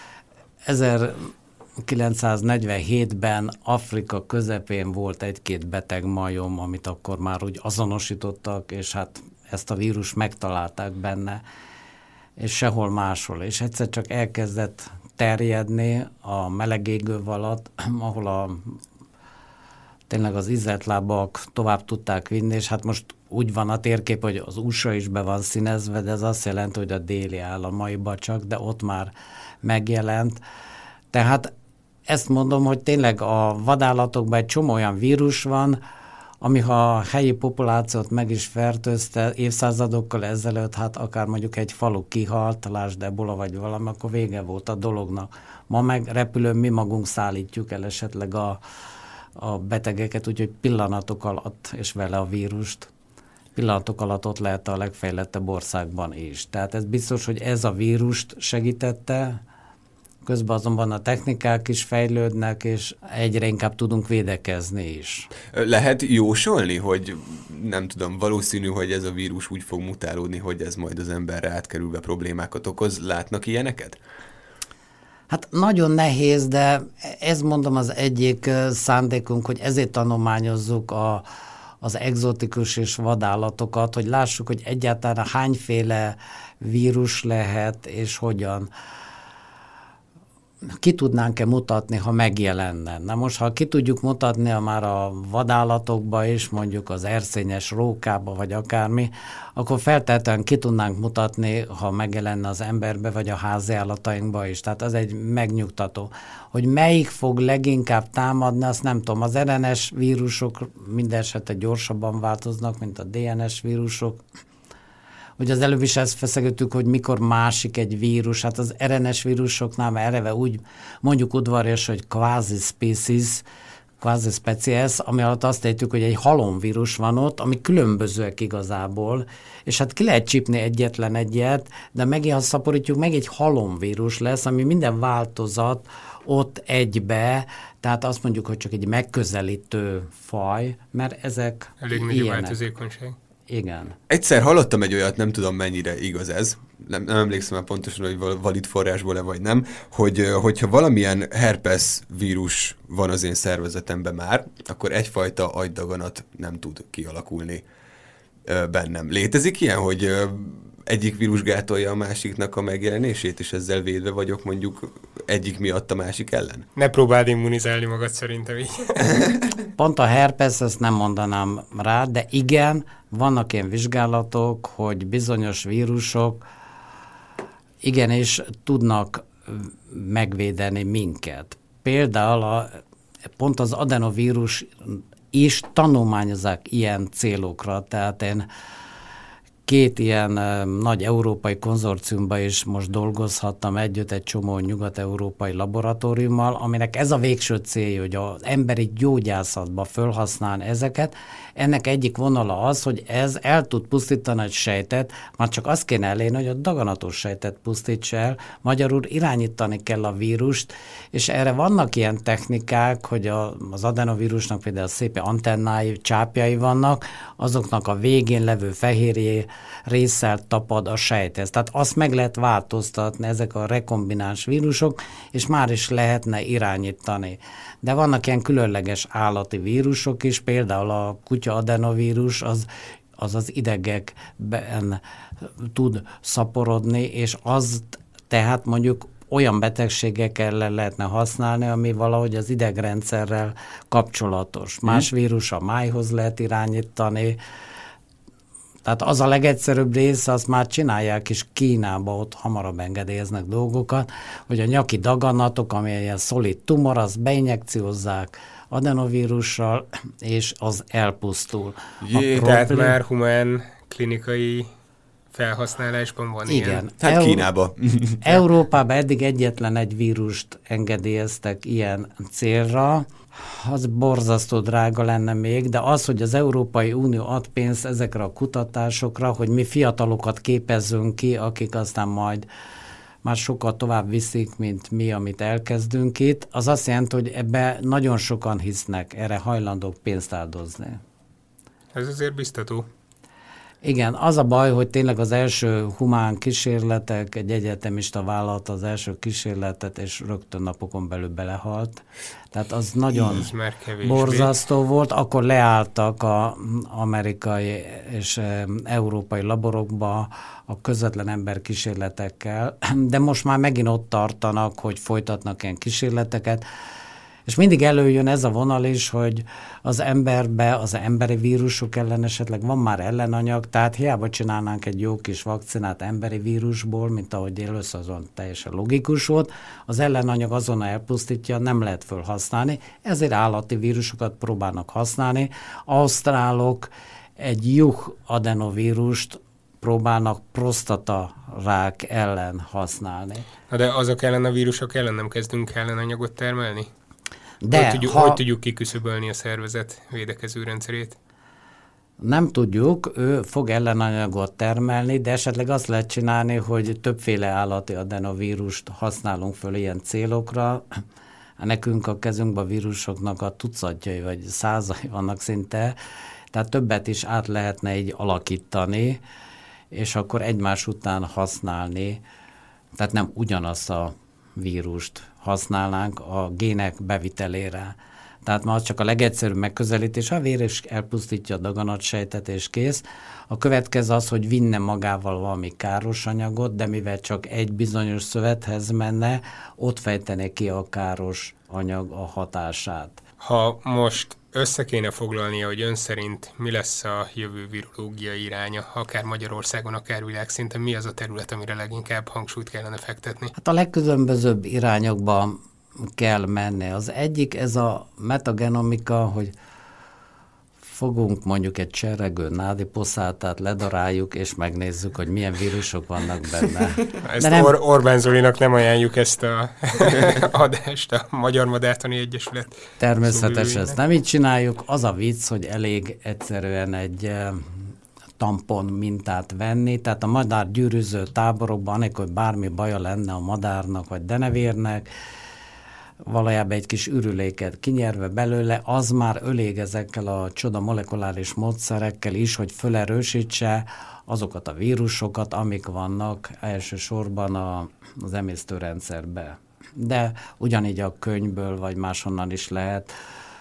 1947-ben Afrika közepén volt egy-két beteg majom, amit akkor már úgy azonosítottak, és hát ezt a vírus megtalálták benne, és sehol máshol. És egyszer csak elkezdett terjedni a meleg égő alatt, ahol tényleg az ízeltlábak tovább tudták vinni, és hát most úgy van a térkép, hogy az USA is be van színezve, de ez azt jelenti, hogy a déli államaiba csak, de ott már megjelent. Tehát ezt mondom, hogy tényleg a vadállatokban egy csomó olyan vírus van, ami ha a helyi populációt meg is fertőzte évszázadokkal ezelőtt, hát akár mondjuk egy falu kihalt, lásd ebola vagy valami, akkor vége volt a dolognak. Ma meg repülőn mi magunk szállítjuk el esetleg a betegeket, úgyhogy pillanatok alatt, és vele a vírust, pillanatok alatt ott lehet a legfejlettebb országban is. Tehát ez biztos, hogy ez a vírust segítette, közben azonban a technikák is fejlődnek, és egyre inkább tudunk védekezni is. Lehet jósolni, hogy nem tudom, valószínű, hogy ez a vírus úgy fog mutálódni, hogy ez majd az emberre átkerülve problémákat okoz. Látnak ilyeneket? Hát nagyon nehéz, de ez mondom az egyik szándékunk, hogy ezért tanulmányozzuk az egzotikus és vadállatokat, hogy lássuk, hogy egyáltalán hányféle vírus lehet, és hogyan. Ki tudnánk-e mutatni, ha megjelenne? Na most, ha ki tudjuk mutatni már a vadállatokba is, mondjuk az erszényes rókába, vagy akármi, akkor feltétlenül ki tudnánk mutatni, ha megjelenne az emberbe, vagy a házi állatainkba is. Tehát az egy megnyugtató. Hogy melyik fog leginkább támadni, azt nem tudom. Az RNS vírusok minden esetre gyorsabban változnak, mint a DNS vírusok. Ugye az előbb is ezt feszegettük, hogy mikor másik egy vírus, hát az RNS vírusoknál már eleve úgy mondjuk udvarias, hogy quasi species, ami alatt azt értjük, hogy egy halomvírus van ott, ami különbözőek igazából, és hát ki lehet csípni egyetlen egyet, de megint ha szaporítjuk, meg egy halomvírus lesz, ami minden változat ott egybe, tehát azt mondjuk, hogy csak egy megközelítő faj, mert ezek elég nagy változékonyság. Igen. Egyszer hallottam egy olyat, nem tudom mennyire igaz ez, nem emlékszem már pontosan, hogy valid forrásból-e vagy nem, hogyha valamilyen herpes vírus van az én szervezetemben már, akkor egyfajta agydaganat nem tud kialakulni bennem. Létezik ilyen, hogy egyik vírus gátolja a másiknak a megjelenését, és ezzel védve vagyok mondjuk egyik miatt a másik ellen? Ne próbáld immunizálni magad szerintem így. Pont a herpes, ezt nem mondanám rá, de igen, vannak ilyen vizsgálatok, hogy bizonyos vírusok igenis tudnak megvédeni minket. Például pont az adenovírus is tanulmányozzák ilyen célokra, tehát én 2 ilyen nagy európai konzorciumban is most dolgozhattam együtt egy csomó nyugat-európai laboratóriummal, aminek ez a végső célja, hogy az emberi gyógyászatban felhasználni ezeket. Ennek egyik vonala az, hogy ez el tud pusztítani egy sejtet, már csak azt kéne elérni, hogy a daganatos sejtet pusztítsa el, magyarul irányítani kell a vírust, és erre vannak ilyen technikák, hogy az adenovírusnak például szép antennái, csápjai vannak, azoknak a végén levő fehérjé résszel tapad a sejthez. Tehát azt meg lehet változtatni, ezek a rekombináns vírusok, és már is lehetne irányítani. De vannak ilyen különleges állati vírusok is, például a kutya adenovírus, az idegekben tud szaporodni, és az tehát mondjuk olyan betegségek ellen lehetne használni, ami valahogy az idegrendszerrel kapcsolatos. Más vírus a májhoz lehet irányítani. Tehát az a legegyszerűbb rész, azt már csinálják is Kínába, ott hamarabb engedélyeznek dolgokat, hogy a nyaki daganatok, ami ilyen szolid tumor, azt beinjekciózzák adenovírussal, és az elpusztul. Tehát már humán klinikai felhasználásban van igen. ilyen? Hát Kínába. Európában eddig egyetlen egy vírust engedélyeztek ilyen célra, az borzasztó drága lenne még, de az, hogy az Európai Unió ad pénzt ezekre a kutatásokra, hogy mi fiatalokat képezzünk ki, akik aztán majd már sokkal tovább viszik, mint mi, amit elkezdünk itt, az azt jelenti, hogy ebbe nagyon sokan hisznek, erre hajlandók pénzt áldozni. Ez azért biztató. Igen, az a baj, hogy tényleg az első humán kísérletek, egy egyetemista vállalta az első kísérletet, és rögtön napokon belül belehalt. Tehát az nagyon borzasztó volt. Akkor leálltak az amerikai és európai laborokba a közvetlen emberkísérletekkel, de most már megint ott tartanak, hogy folytatnak ilyen kísérleteket. És mindig előjön ez a vonal is, hogy az emberbe, az emberi vírusok ellen esetleg van már ellenanyag, tehát hiába csinálnánk egy jó kis vakcinát emberi vírusból, mint ahogy először azon teljesen logikus volt, az ellenanyag azonnal elpusztítja, nem lehet felhasználni, ezért állati vírusokat próbálnak használni. Ausztrálok egy juh adenovírust próbálnak prostatarák ellen használni. Na de azok ellen a vírusok ellen nem kezdünk ellenanyagot termelni? De hogy tudjuk kiküszöbölni a szervezet védekező rendszerét? Nem tudjuk, ő fog ellenanyagot termelni, de esetleg azt lehet csinálni, hogy többféle állati adenovírust használunk föl ilyen célokra. Nekünk a kezünkben a vírusoknak a tucatjai vagy százai vannak szinte, tehát többet is át lehetne így alakítani, és akkor egymás után használni, tehát nem ugyanazt a vírust használnánk a gének bevitelére. Tehát ma az csak a legegyszerűbb megközelítés, a vér is elpusztítja a daganatsejtet és kész. A következő az, hogy vinne magával valami káros anyagot, de mivel csak egy bizonyos szövethez menne, ott fejtené ki a káros anyag a hatását. Ha most össze kéne foglalnia, hogy ön szerint mi lesz a jövő virológiai iránya, akár Magyarországon, akár világszinten, mi az a terület, amire leginkább hangsúlyt kellene fektetni? Hát a legkülönbözőbb irányokban kell menni. Az egyik ez a metagenomika, hogy fogunk mondjuk egy cserregő nádiposzátát, ledaráljuk, és megnézzük, hogy milyen vírusok vannak benne. Ezt Orbán Zolinak nem ajánljuk ezt a adást, a Magyar Madártani Egyesület. Természetesen ezt nem így csináljuk. Az a vicc, hogy elég egyszerűen egy tampon mintát venni, tehát a madár gyűrűző táborokban, anélkül, hogy bármi baja lenne a madárnak vagy denevérnek, valójában egy kis ürüléket kinyerve belőle, az már elég ezekkel a csoda molekuláris módszerekkel is, hogy fölerősítse azokat a vírusokat, amik vannak elsősorban az emésztőrendszerben. De ugyanígy a könyvből, vagy máshonnan is lehet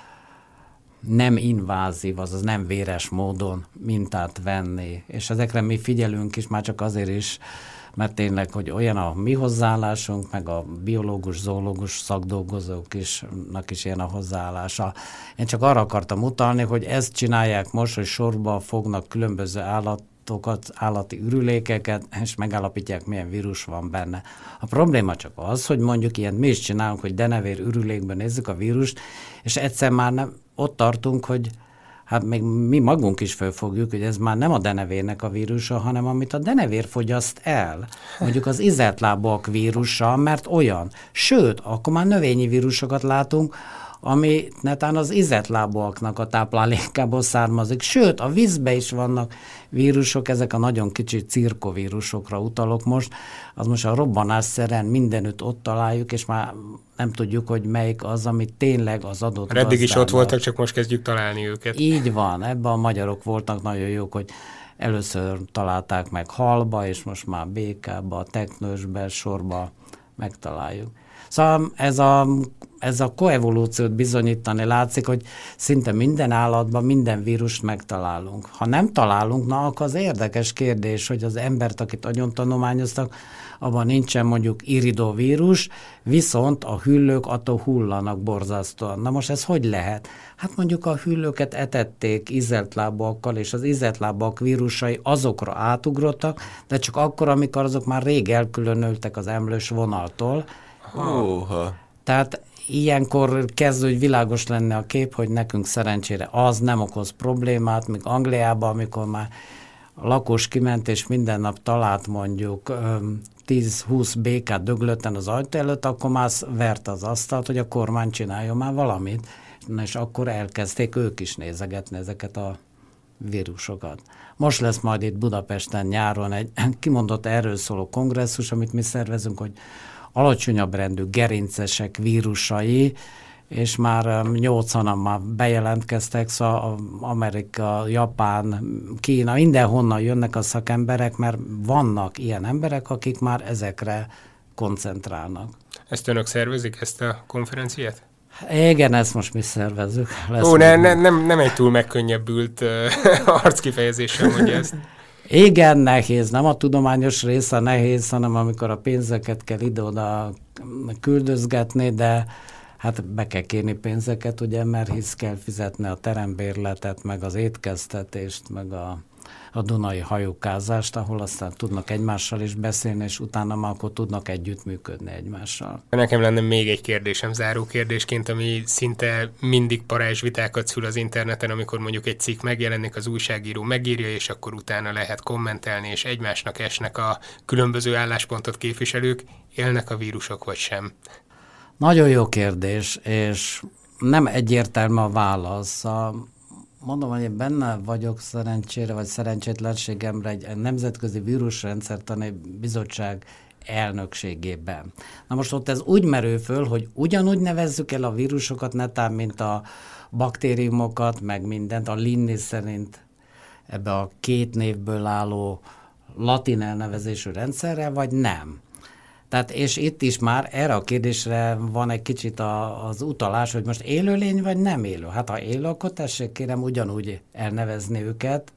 nem invázív, azaz nem véres módon mintát venni. És ezekre mi figyelünk is, már csak azért is, mert tényleg, hogy olyan a mi hozzáállásunk, meg a biológus, zoológus szakdolgozók is ilyen a hozzáállása. Én csak arra akartam utalni, hogy ezt csinálják most, hogy sorba fognak különböző állatokat, állati ürülékeket, és megállapítják, milyen vírus van benne. A probléma csak az, hogy mondjuk ilyet mi is csinálunk, hogy denevér ürülékben nézzük a vírust, és egyszer már nem ott tartunk, hogy hát még mi magunk is felfogjuk, hogy ez már nem a denevérnek a vírusa, hanem amit a denevér fogyaszt el. Mondjuk az ízeltlábúak vírusa, mert olyan. Sőt, akkor már növényi vírusokat látunk, ami netán az ízeltlábúaknak a táplálékából származik. Sőt, a vízbe is vannak vírusok, ezek a nagyon kicsi cirkovírusokra utalok most. Az most a robbanásszerűen mindenütt ott találjuk, és már nem tudjuk, hogy melyik az, ami tényleg az adott eddig is ott voltak, csak most kezdjük találni őket. Így van, ebben a magyarok voltak nagyon jók, hogy Először találták meg halba, és most már békába, teknősbe, sorba megtaláljuk. Szóval ez a koevolúciót bizonyítani látszik, hogy szinte minden állatban minden vírust megtalálunk. Ha nem találunk, na akkor az érdekes kérdés, hogy az embert, akit agyon tanulmányoztak, abban nincsen mondjuk iridovírus, viszont a hüllők attól hullanak borzasztóan. Na most ez hogy lehet? Hát mondjuk a hüllőket etették ízeltlábúakkal, és az ízeltlábúak vírusai azokra átugrottak, de csak akkor, amikor azok már rég elkülönültek az emlős vonaltól. Tehát ilyenkor kezd úgy világos lenne a kép, hogy nekünk szerencsére az nem okoz problémát, míg Angliában, amikor már a lakos kiment, és minden nap talált mondjuk 10-20 békát döglötten az ajtó előtt, akkor már vert az asztalt, hogy a kormány csináljon már valamit. És akkor elkezdték ők is nézegetni ezeket a vírusokat. Most lesz majd itt Budapesten nyáron egy kimondott erről szóló kongresszus, amit mi szervezünk, hogy alacsonyabb rendű gerincesek vírusai, és már 80-an már bejelentkeztek, szóval Amerika, Japán, Kína, mindenhonnan jönnek a szakemberek, mert vannak ilyen emberek, akik már ezekre koncentrálnak. Ezt önök szervezik, ezt a konferenciát? Igen, ezt most mi szervezzük. Nem egy túl megkönnyebbült arckifejezéssel mondja ezt. Igen, nehéz. Nem a tudományos része nehéz, hanem amikor a pénzeket kell ide-oda küldözgetni, de hát be kell kérni pénzeket, ugye, mert hisz kell fizetni a terembérletet, meg az étkeztetést, meg a dunai hajókázást, ahol aztán tudnak egymással is beszélni, és utána már akkor tudnak együttműködni egymással. Nekem lenne még egy kérdésem záró kérdésként, ami szinte mindig parázsvitákat szül az interneten, amikor mondjuk egy cikk megjelenik, az újságíró megírja, és akkor utána lehet kommentelni, és egymásnak esnek a különböző álláspontot képviselők, élnek a vírusok vagy sem? Nagyon jó kérdés, és nem egyértelmű a válasz. Mondom, hogy én benne vagyok szerencsére, vagy szerencsétlenségemre egy nemzetközi vírusrendszertani bizottság elnökségében. Na most ott ez úgy merül föl, hogy ugyanúgy nevezzük el a vírusokat, netán, mint a baktériumokat, meg mindent, a Linné szerint ebbe a 2 névből álló latin elnevezésű rendszerrel, vagy nem. Tehát, és itt is már erre a kérdésre van egy kicsit az utalás, hogy most élőlény vagy nem élő. Hát ha élő, akkor tessék kérem ugyanúgy elnevezni őket,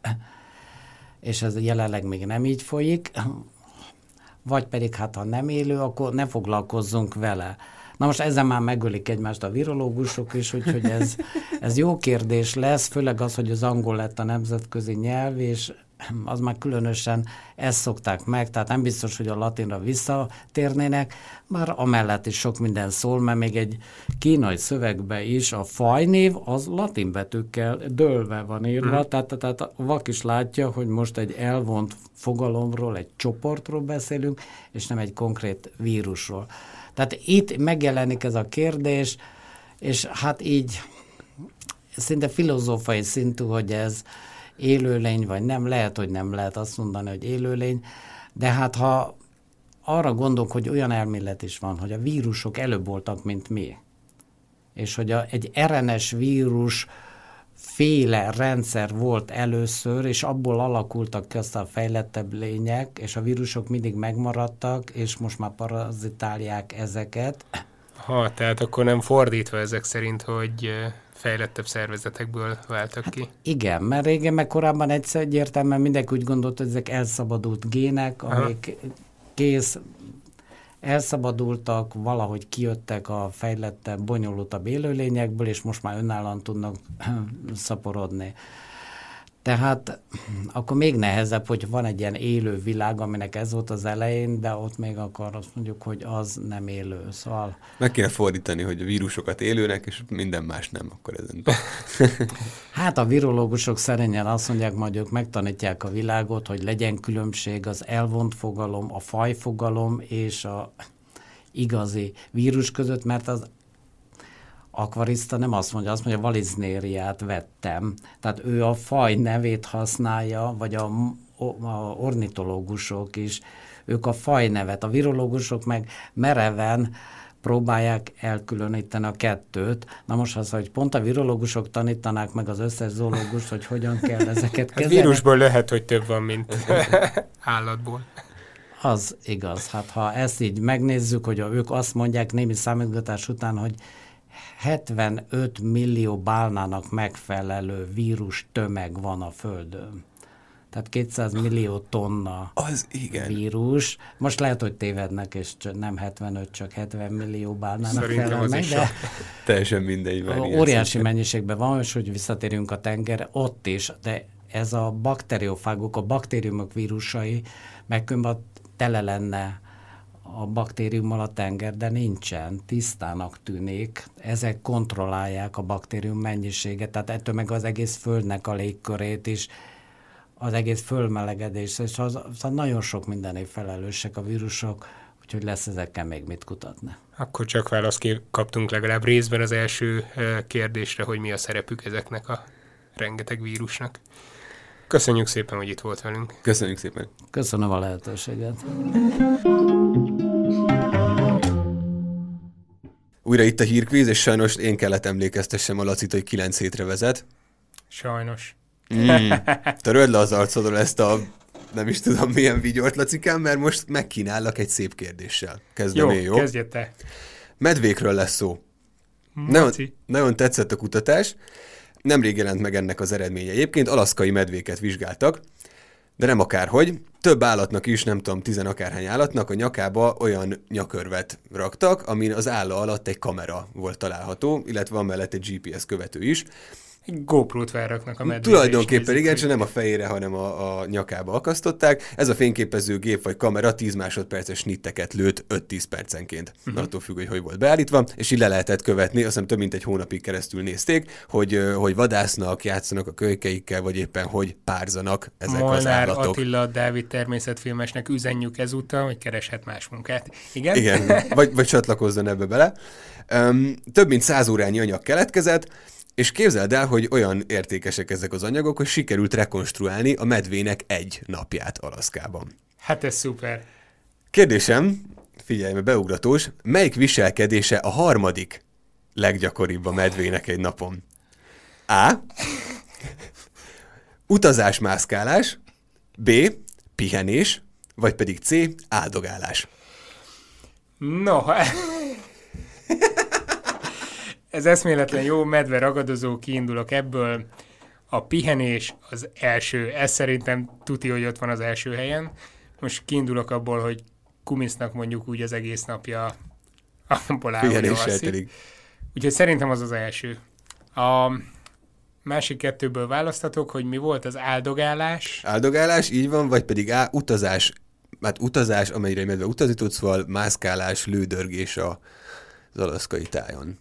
és ez jelenleg még nem így folyik, vagy pedig hát ha nem élő, akkor ne foglalkozzunk vele. Na most ezzel már megölik egymást a virológusok is, úgyhogy ez jó kérdés lesz, főleg az, hogy az angol lett a nemzetközi nyelv, és az már különösen ezt szokták meg, tehát nem biztos, hogy a latinra visszatérnének, már amellett is sok minden szól, mert még egy kínai szövegben is a fajnév az latin betűkkel dőlve van írva, tehát a vak is látja, hogy most egy elvont fogalomról, egy csoportról beszélünk, és nem egy konkrét vírusról. Tehát itt megjelenik ez a kérdés, és hát így szinte filozófiai szintű, hogy ez élőlény, vagy nem, lehet, hogy nem lehet azt mondani, hogy élőlény, de hát ha arra gondolok, hogy olyan elmélet is van, hogy a vírusok előbb voltak, mint mi, és hogy egy RNS vírus féle rendszer volt először, és abból alakultak ki aztán a fejlettebb lények, és a vírusok mindig megmaradtak, és most már parazitálják ezeket. Tehát akkor nem fordítva ezek szerint, hogy fejlettebb szervezetekből váltak ki. Hát igen, mert régen meg korábban egyértelműen mindenki úgy gondolt, hogy ezek elszabadult gének, amik elszabadultak, valahogy kijöttek a fejlettebb, bonyolultabb élőlényekből, és most már önállóan tudnak szaporodni. Tehát akkor még nehezebb, hogy van egy ilyen élő világ, aminek ez volt az elején, de ott még akkor azt mondjuk, hogy az nem élő. Szóval... Meg kéne fordítani, hogy a vírusokat élőnek, és minden más nem, akkor ezen. Hát a virológusok szerényen azt mondják, majd ők megtanítják a világot, hogy legyen különbség az elvont fogalom, a fajfogalom és a igazi vírus között, mert az akvariszta nem azt mondja, valiznériát vettem. Tehát ő a faj nevét használja, vagy a ornitológusok is, ők a faj nevet. A virológusok meg mereven próbálják elkülöníteni a kettőt. Na most az, hogy pont a virológusok tanítanák meg az összes zoológust, hogy hogyan kell ezeket kezelni. Vírusból lehet, hogy több van, mint állatból. Az igaz. Hát ha ezt így megnézzük, hogy ők azt mondják némi számítgatás után, hogy 75 millió bálnának megfelelő vírus tömeg van a Földön. Tehát 200 millió tonna az igen. vírus. Most lehet, hogy tévednek, és nem 75, csak 70 millió bálnának felelnek, de teljesen mindegy. Óriási mennyiségben van, és hogy visszatérünk a tengerre, ott is, de ez a bakteriofágok, a baktériumok vírusai, meg tele lenne a baktériummal a tenger, de nincsen, tisztának tűnik. Ezek kontrollálják a baktérium mennyiséget, tehát ettől meg az egész Földnek a légkörét is, az egész fölmelegedés, és az nagyon sok mindené felelősek a vírusok, úgyhogy lesz ezekkel még mit kutatni. Akkor csak választ kaptunk legalább részben az első kérdésre, hogy mi a szerepük ezeknek a rengeteg vírusnak. Köszönjük szépen, hogy itt volt velünk. Köszönjük szépen. Köszönöm a lehetőséget. Újra itt a hírkvíz, és sajnos én kellett emlékeztessem a Lacit, hogy 9 hétre vezet. Sajnos. Töröld le az arcodról ezt a nem is tudom milyen vigyort, Lacikám, mert most megkínállak egy szép kérdéssel. Kezdem én, jó? Kezdjed te. Medvékről lesz szó. Nagyon tetszett a kutatás. Nemrég jelent meg ennek az eredménye. Egyébként alaszkai medvéket vizsgáltak, de nem akárhogy. Több állatnak is, nem tudom, 10 akárhány állatnak a nyakába olyan nyakörvet raktak, amin az álla alatt egy kamera volt található, illetve van mellett egy GPS követő is. Egy GoPro-t felraknak a medvébe. Tulajdonképpen igen, csak nem a fejére, hanem a nyakába akasztották. Ez a fényképező gép vagy kamera 10 másodperces snitteket lőtt 5-10 percenként. Attól függ, hogy hogy beállítva, és így le lehetett követni, azt hiszem több mint egy hónapig keresztül nézték, hogy vadásznak, játszanak a kölykeikkel, vagy éppen hogy párzanak ezek az állatok. Attila Dávid természetfilmesnek üzenjük ezúttal, hogy kereshet más munkát. Igen? Igen, vagy csatlakozzon ebbe bele. Több mint 100 órányi anyag keletkezett, és képzeld el, hogy olyan értékesek ezek az anyagok, hogy sikerült rekonstruálni a medvének egy napját Alaszkában. Hát ez szuper. Kérdésem, figyelj, mert beugratós, melyik viselkedése a harmadik leggyakoribb a medvének egy napon? A. Utazás, mászkálás, B. Pihenés, vagy pedig C. Áldogálás. No, ez eszméletlen jó, medve ragadozó, kiindulok ebből. A pihenés az első, ez szerintem tuti, hogy ott van az első helyen. Most kiindulok abból, hogy kumisznak mondjuk úgy az egész napja, abból áll, hogy alszik. Úgyhogy szerintem az az első. A másik kettőből választatok, hogy mi volt az áldogálás. Áldogálás, így van, vagy pedig A. Utazás, amelyre medve utazni tudsz, szóval mászkálás, lődörgés az alaszkai tájon.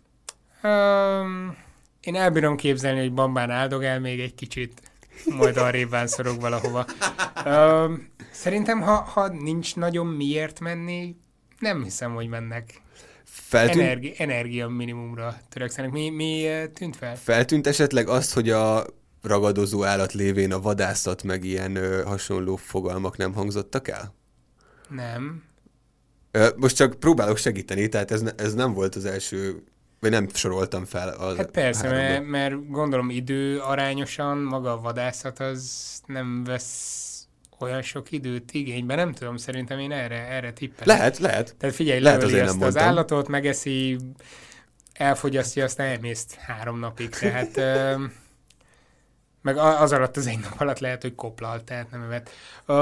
Én elbírom képzelni, hogy Bambán áldogál még egy kicsit, majd arrébb szorog valahova. Szerintem, ha nincs nagyon miért menni, nem hiszem, hogy mennek. Energia minimumra törekszenek. Mi tűnt fel? Feltűnt esetleg azt, hogy a ragadozó állat lévén a vadászat meg ilyen hasonló fogalmak nem hangzottak el? Nem. Most csak próbálok segíteni, tehát ez nem volt az első, vagy nem soroltam fel. Hát persze, mert gondolom idő arányosan maga a vadászat az nem vesz olyan sok időt igénybe, nem tudom, szerintem én erre tippelek. Lehet. Tehát figyelj, leveli ezt az állatot, megeszi, elfogyasztja, aztán elmész 3 napig, tehát meg az alatt az egy nap alatt lehet, hogy koplalt, tehát nem evett.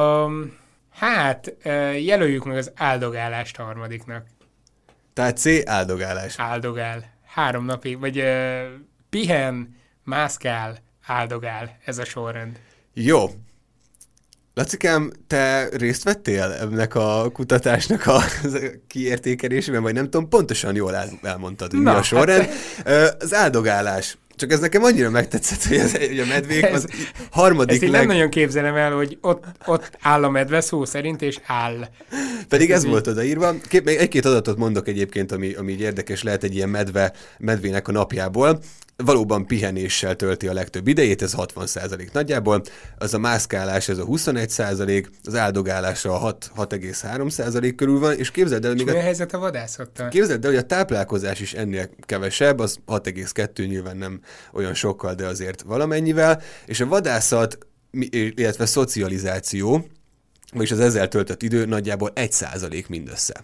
Jelöljük meg az áldogálást a harmadiknak. Tehát C, áldogálás. Áldogál. 3 napig, vagy pihen, mászkál, áldogál. Ez a sorrend. Jó. Lacikám, te részt vettél ennek a kutatásnak a kiértékelésében, vagy nem tudom, pontosan jól elmondtad, hogy mi a sorrend. Az áldogálás. Csak ez nekem annyira megtetszett, hogy a medvék az harmadik ezt nem nagyon képzelem el, hogy ott áll a medve szó szerint, és áll. Pedig ez volt odaírva. Egy-két adatot mondok egyébként, ami így érdekes lehet egy ilyen medvének a napjából. valóban pihenéssel tölti a legtöbb idejét, ez 60% nagyjából, az a mászkálás, ez a 21%, az áldogálás a 6,3% körül van, és képzeld el, mi a helyzet a vadászattal? Képzeld el, hogy a táplálkozás is ennél kevesebb, az 6,2 nyilván nem olyan sokkal, de azért valamennyivel, és a vadászat, illetve szocializáció, vagyis az ezzel töltött idő nagyjából 1% mindössze.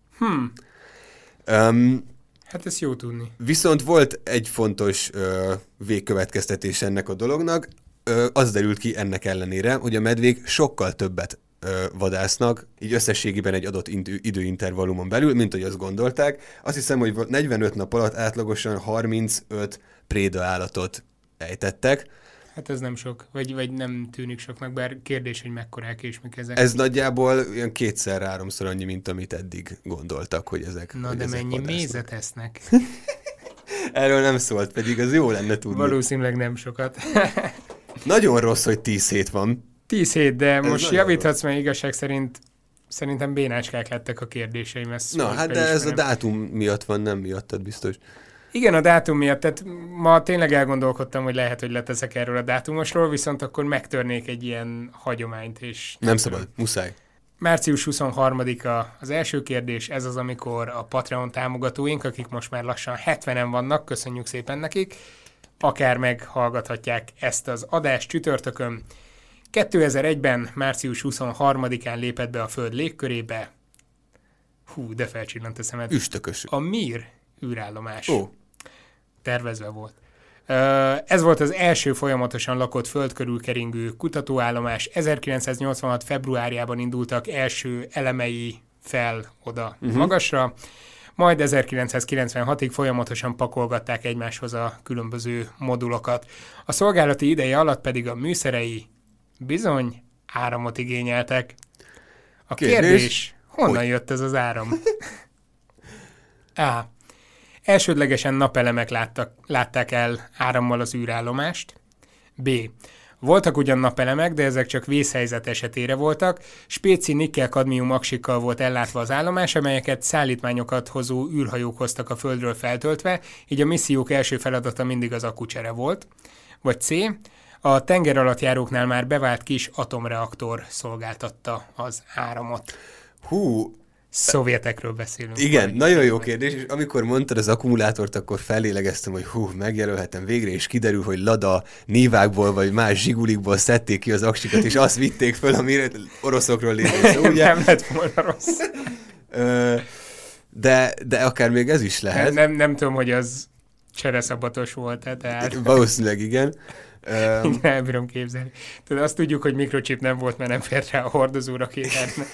Hát ez jó tudni. Viszont volt egy fontos végkövetkeztetés ennek a dolognak, az derült ki ennek ellenére, hogy a medvék sokkal többet vadásznak, így összességében egy adott időintervallumon belül, mint hogy azt gondolták. Azt hiszem, hogy 45 nap alatt átlagosan 35 préda állatot ejtettek. Hát ez nem sok, vagy nem tűnik soknak, bár kérdés, hogy mekkorák és mik ezek. Ez nagyjából olyan 2-3-szor annyi, mint amit eddig gondoltak, hogy ezek Na hogy de ezek mennyi vadásznak. mézet esznek? Erről nem szólt, pedig az jó lenne tudni. Valószínűleg nem sokat. Nagyon rossz, hogy 10 hét van. 10 hét, de Ez most nagyon javíthatsz, mert igazság szerint szerintem bénácskák lettek a kérdéseim. Ezt Na, hát de ez a dátum miatt van, nem miattad biztos. Igen, a dátum miatt, tehát ma tényleg elgondolkodtam, hogy lehet, hogy leteszek erről a dátumosról, viszont akkor megtörnék egy ilyen hagyományt, és... Nem szabad, muszáj. Március 23-a az első kérdés, ez az, amikor a Patreon támogatóink, akik most már lassan 70-en vannak, köszönjük szépen nekik, akár meghallgathatják ezt az adást csütörtökön. 2001-ben, március 23-án lépett be a Föld légkörébe. Hú, de felcsillant a szemed. Üstökös. A Mir űrállomás. Ó. Tervezve volt. Ez volt az első folyamatosan lakott föld körül keringő kutatóállomás. 1986. februárjában indultak első elemei fel oda magasra, majd 1996-ig folyamatosan pakolgatták egymáshoz a különböző modulokat. A szolgálati ideje alatt pedig a műszerei bizony áramot igényeltek. A kérdés, honnan jött ez az áram? A. Elsődlegesen napelemek látták el árammal az űrállomást. B. Voltak ugyan napelemek, de ezek csak vészhelyzet esetére voltak. Spéci nikkel-kadmium aksikkal volt ellátva az állomás, amelyeket szállítmányokat hozó űrhajók hoztak a Földről feltöltve, így a missziók első feladata mindig az akkucsere volt. Vagy C. A tengeralattjáróknál már bevált kis atomreaktor szolgáltatta az áramot. Hú, Szovjetekről beszélünk. igen, nagyon jó kérdés, és amikor mondtad az akkumulátort, akkor fellélegeztem, hogy megjelölhetem végre, és kiderül, hogy Lada Nivákból, vagy más Zsigulikból szedték ki az aksikat, és azt vitték föl, amire oroszokról lévő szó, ugye? Nem lett volna rossz. De akár még ez is lehet. Nem tudom, hogy az csereszabatos volt, tehát... Valószínűleg igen. Igen, elbírom képzelni. Tehát azt tudjuk, hogy mikrochip nem volt, mert nem fért rá a hordozó rakétáknak.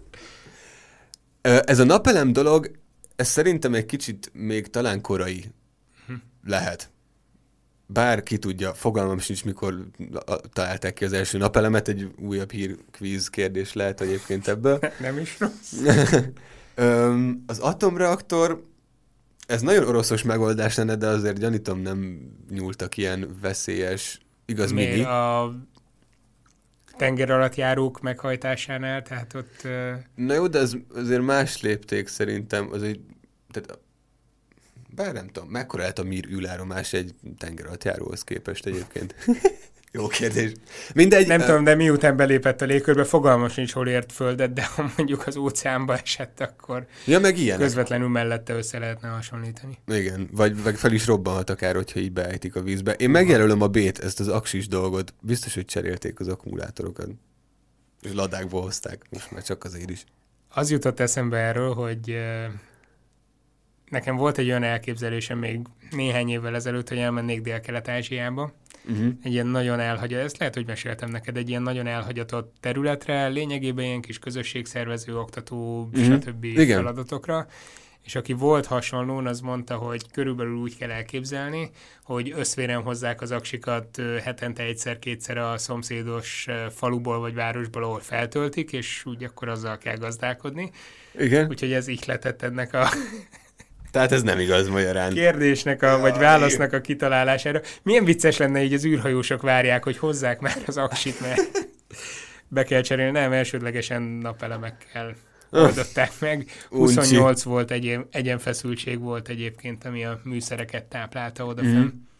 Ez a napelem dolog, ez szerintem egy kicsit még talán korai lehet. Bár ki tudja, fogalmam sincs, mikor találták ki az első napelemet, egy újabb hírkvíz kérdés lehet egyébként ebből. Nem is rossz. Az atomreaktor, ez nagyon oroszos megoldás lenne, de azért gyanítom nem nyúltak ilyen veszélyes, igaz Miért? mini. A tengeralattjárók meghajtásánál, tehát ott... Na jó, de ez azért más lépték szerintem, az egy, tehát, bár nem tudom, mekkora lehet a Mir űrállomás egy tengeralattjáróhoz képest egyébként? Jó kérdés. Mindegy. Nem tudom, de miután belépett a légkörbe, fogalmam sincs, hol ért földet, de ha mondjuk az óceánba esett, akkor ja, meg ilyenek. közvetlenül mellette össze lehetne hasonlítani. Igen, vagy fel is robbanhat akár, hogyha így beejtik a vízbe. Én megjelölöm a B-t, ezt az aksis dolgot. Biztos, hogy cserélték az akkumulátorokat. És ladákból hozták, most már csak azért is. Az jutott eszembe erről, hogy nekem volt egy olyan elképzelésem még néhány évvel ezelőtt, hogy elmennék Dél-Kelet-Ázsiába. Egy ilyen nagyon elhagyatott, ezt lehet, hogy meséltem neked, egy ilyen nagyon elhagyatott területre, lényegében ilyen kis közösségszervező, oktató, stb. Feladatokra. És aki volt hasonlón, az mondta, hogy körülbelül úgy kell elképzelni, hogy összvéren hozzák az aksikat hetente egyszer-kétszer a szomszédos faluból vagy városból, ahol feltöltik, és úgy akkor azzal kell gazdálkodni. Igen. Úgyhogy ez ihletett ennek a... Tehát ez nem igaz magyarán. Kérdésnek, vagy válasznak a kitalálására. Milyen vicces lenne, így az űrhajósok várják, hogy hozzák már az aksit, mert be kell cserélni. Nem, elsődlegesen napelemekkel oldották meg. 28 volt egyenfeszültség volt egyébként, ami a műszereket táplálta odafenn.